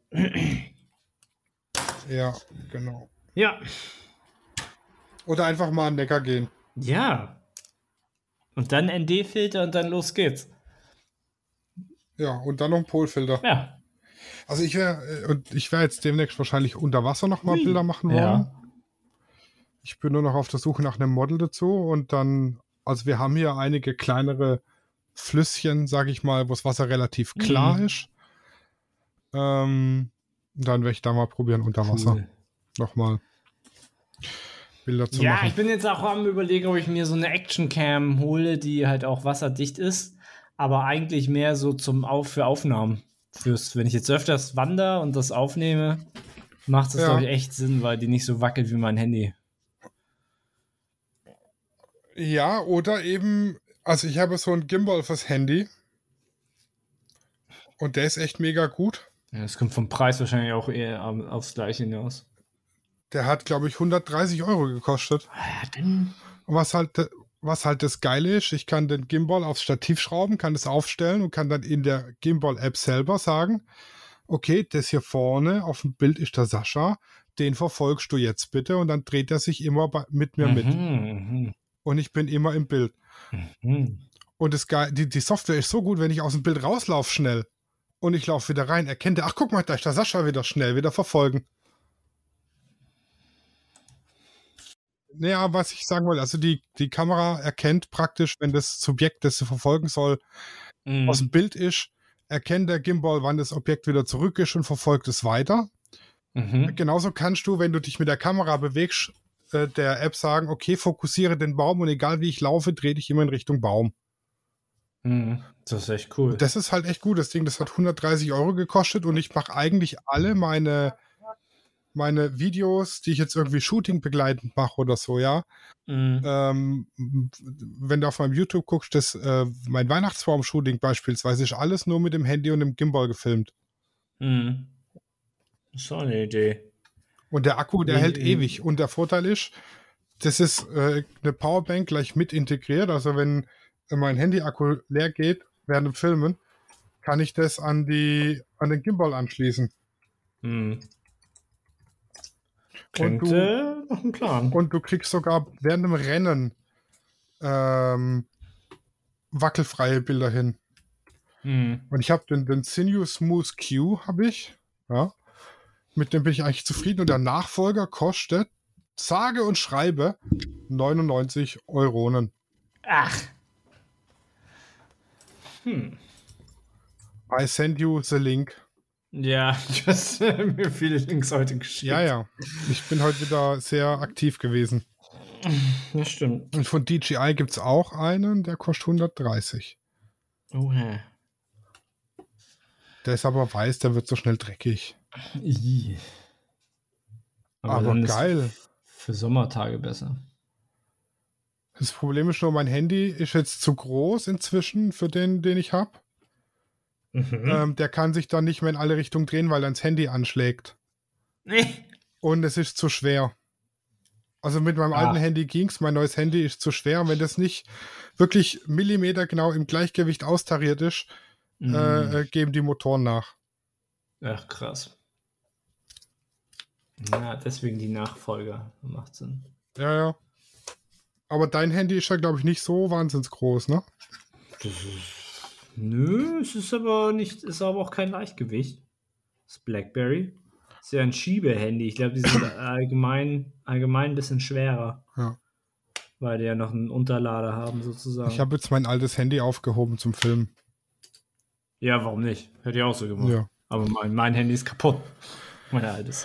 Ja, genau. Ja. Oder einfach mal an den Neckar gehen. Ja. Und dann N D-Filter und dann los geht's. Ja, und dann noch ein Polfilter. Ja. Also ich wäre und ich werde jetzt demnächst wahrscheinlich unter Wasser nochmal Ui. Bilder machen wollen. Ja. Ich bin nur noch auf der Suche nach einem Model dazu und dann, also wir haben hier einige kleinere Flüsschen, sage ich mal, wo das Wasser relativ klar Mhm. ist. Ähm, dann werde ich da mal probieren, unter Wasser Cool. nochmal Bilder zu Ja, machen. ich bin jetzt auch am Überlegen, ob ich mir so eine Action-Cam hole, die halt auch wasserdicht ist, aber eigentlich mehr so zum Auf für Aufnahmen. Fürs, wenn ich jetzt öfters wandere und das aufnehme, macht das, Ja. glaube ich, echt Sinn, weil die nicht so wackelt wie mein Handy. Ja, oder eben, also ich habe so ein Gimbal fürs Handy und der ist echt mega gut. Ja, das kommt vom Preis wahrscheinlich auch eher am- aufs Gleiche hinaus. Der hat, glaube ich, hundertdreißig Euro gekostet. Ja, dann. Und was halt, was halt das Geile ist, ich kann den Gimbal aufs Stativ schrauben, kann es aufstellen und kann dann in der Gimbal-App selber sagen, okay, das hier vorne auf dem Bild ist der Sascha, den verfolgst du jetzt bitte und dann dreht er sich immer bei, mit mir mhm, mit. Mhm. Und ich bin immer im Bild. Mhm. Und das Ge- die, die Software ist so gut, wenn ich aus dem Bild rauslaufe schnell und ich laufe wieder rein, erkennt er, ach guck mal, da ist der Sascha wieder schnell, wieder verfolgen. Naja, was ich sagen wollte, also die, die Kamera erkennt praktisch, wenn das Subjekt, das sie verfolgen soll, Mhm. aus dem Bild ist, erkennt der Gimbal, wann das Objekt wieder zurück ist und verfolgt es weiter. Mhm. Genauso kannst du, wenn du dich mit der Kamera bewegst, äh, der App sagen, okay, fokussiere den Baum und egal wie ich laufe, dreh dich immer in Richtung Baum. Mhm. Das ist echt cool. Das ist halt echt gut, das Ding, das hat hundertdreißig Euro gekostet und ich mache eigentlich alle meine meine Videos, die ich jetzt irgendwie Shooting begleitend mache oder so, ja. Mhm. Ähm, wenn du auf meinem YouTube guckst, das, äh, mein Weihnachtsbaum-Shooting beispielsweise ist alles nur mit dem Handy und dem Gimbal gefilmt. Mhm. Das ist auch eine Idee. Und der Akku, der Wie- hält ewig. Und der Vorteil ist, das ist äh, eine Powerbank gleich mit integriert. Also wenn äh, mein Handy-Akku leer geht während dem Filmen, kann ich das an die an den Gimbal anschließen. Mhm. Klingt Und du- äh, nach einem Plan. Und du kriegst sogar während dem Rennen ähm, wackelfreie Bilder hin. Mhm. Und ich habe den, den Sinew Smooth Q, habe ich. Ja. Mit dem bin ich eigentlich zufrieden. Und der Nachfolger kostet, sage und schreibe, neunundneunzig Euronen. Ach. Hm. I send you the link. Ja, du hast äh, mir viele Links heute geschickt. Ja, ja. Ich bin heute wieder sehr aktiv gewesen. Das stimmt. Und von D J I gibt es auch einen, der kostet hundertdreißig. Oha. Der ist aber weiß, der wird so schnell dreckig. I. Aber, dann ist geil. Für Sommertage besser. Das Problem ist nur, mein Handy ist jetzt zu groß inzwischen für den, den ich habe. Mhm. Ähm, der kann sich dann nicht mehr in alle Richtungen drehen, weil er das Handy anschlägt. Und es ist zu schwer. Also mit meinem Ah. alten Handy ging's, mein neues Handy ist zu schwer. Und wenn das nicht wirklich Millimeter genau im Gleichgewicht austariert ist, Mhm. äh, äh, geben die Motoren nach. Ach, krass. Ja, deswegen die Nachfolger. Macht Sinn. Ja, ja. Aber dein Handy ist ja, glaube ich, nicht so wahnsinnig groß, ne? Nö, es ist aber nicht, ist aber auch kein Leichtgewicht. Das Blackberry. Ist ja ein Schiebehandy. Ich glaube, die sind allgemein, allgemein ein bisschen schwerer. Ja. Weil die ja noch einen Unterlader haben, sozusagen. Ich habe jetzt mein altes Handy aufgehoben zum Filmen. Ja, warum nicht? Hätte ich auch so gemacht. Ja. Aber mein, mein Handy ist kaputt. Mein altes.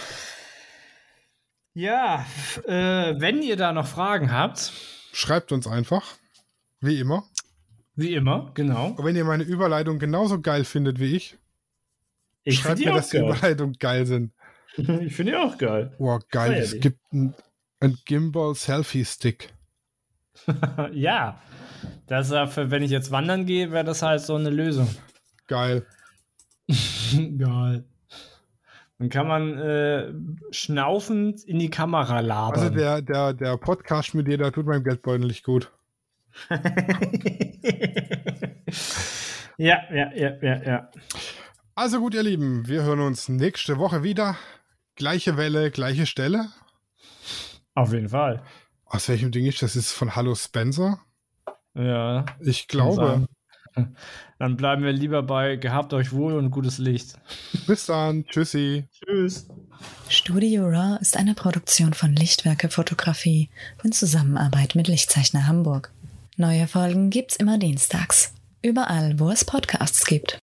Ja, äh, wenn ihr da noch Fragen habt, Schreibt uns einfach. Wie immer. wie immer, genau. Und wenn ihr meine Überleitung genauso geil findet wie ich, Ich schreibt finde mir, die dass auch die geil. Überleitungen geil sind. Ich finde die auch geil. Boah, geil. Feier Es die. gibt ein, ein Gimbal-Selfie-Stick. Ja, das, äh, für, wenn ich jetzt wandern gehe, wäre das halt so eine Lösung. Geil. Geil. Dann kann man äh, schnaufend in die Kamera labern. Also der, der, der Podcast mit dir, der tut meinem Geldbeutel nicht gut. ja, ja, ja, ja, ja. Also gut, ihr Lieben, wir hören uns nächste Woche wieder. Gleiche Welle, gleiche Stelle. Auf jeden Fall. Aus welchem Ding ist das? Ist von Hallo Spencer? Ja. Ich glaube. Dann bleiben wir lieber bei gehabt euch wohl und gutes Licht. Bis dann. Tschüssi. Tschüss. Studio Raw ist eine Produktion von Lichtwerke Fotografie in Zusammenarbeit mit Lichtzeichner Hamburg. Neue Folgen gibt's immer dienstags. Überall, wo es Podcasts gibt.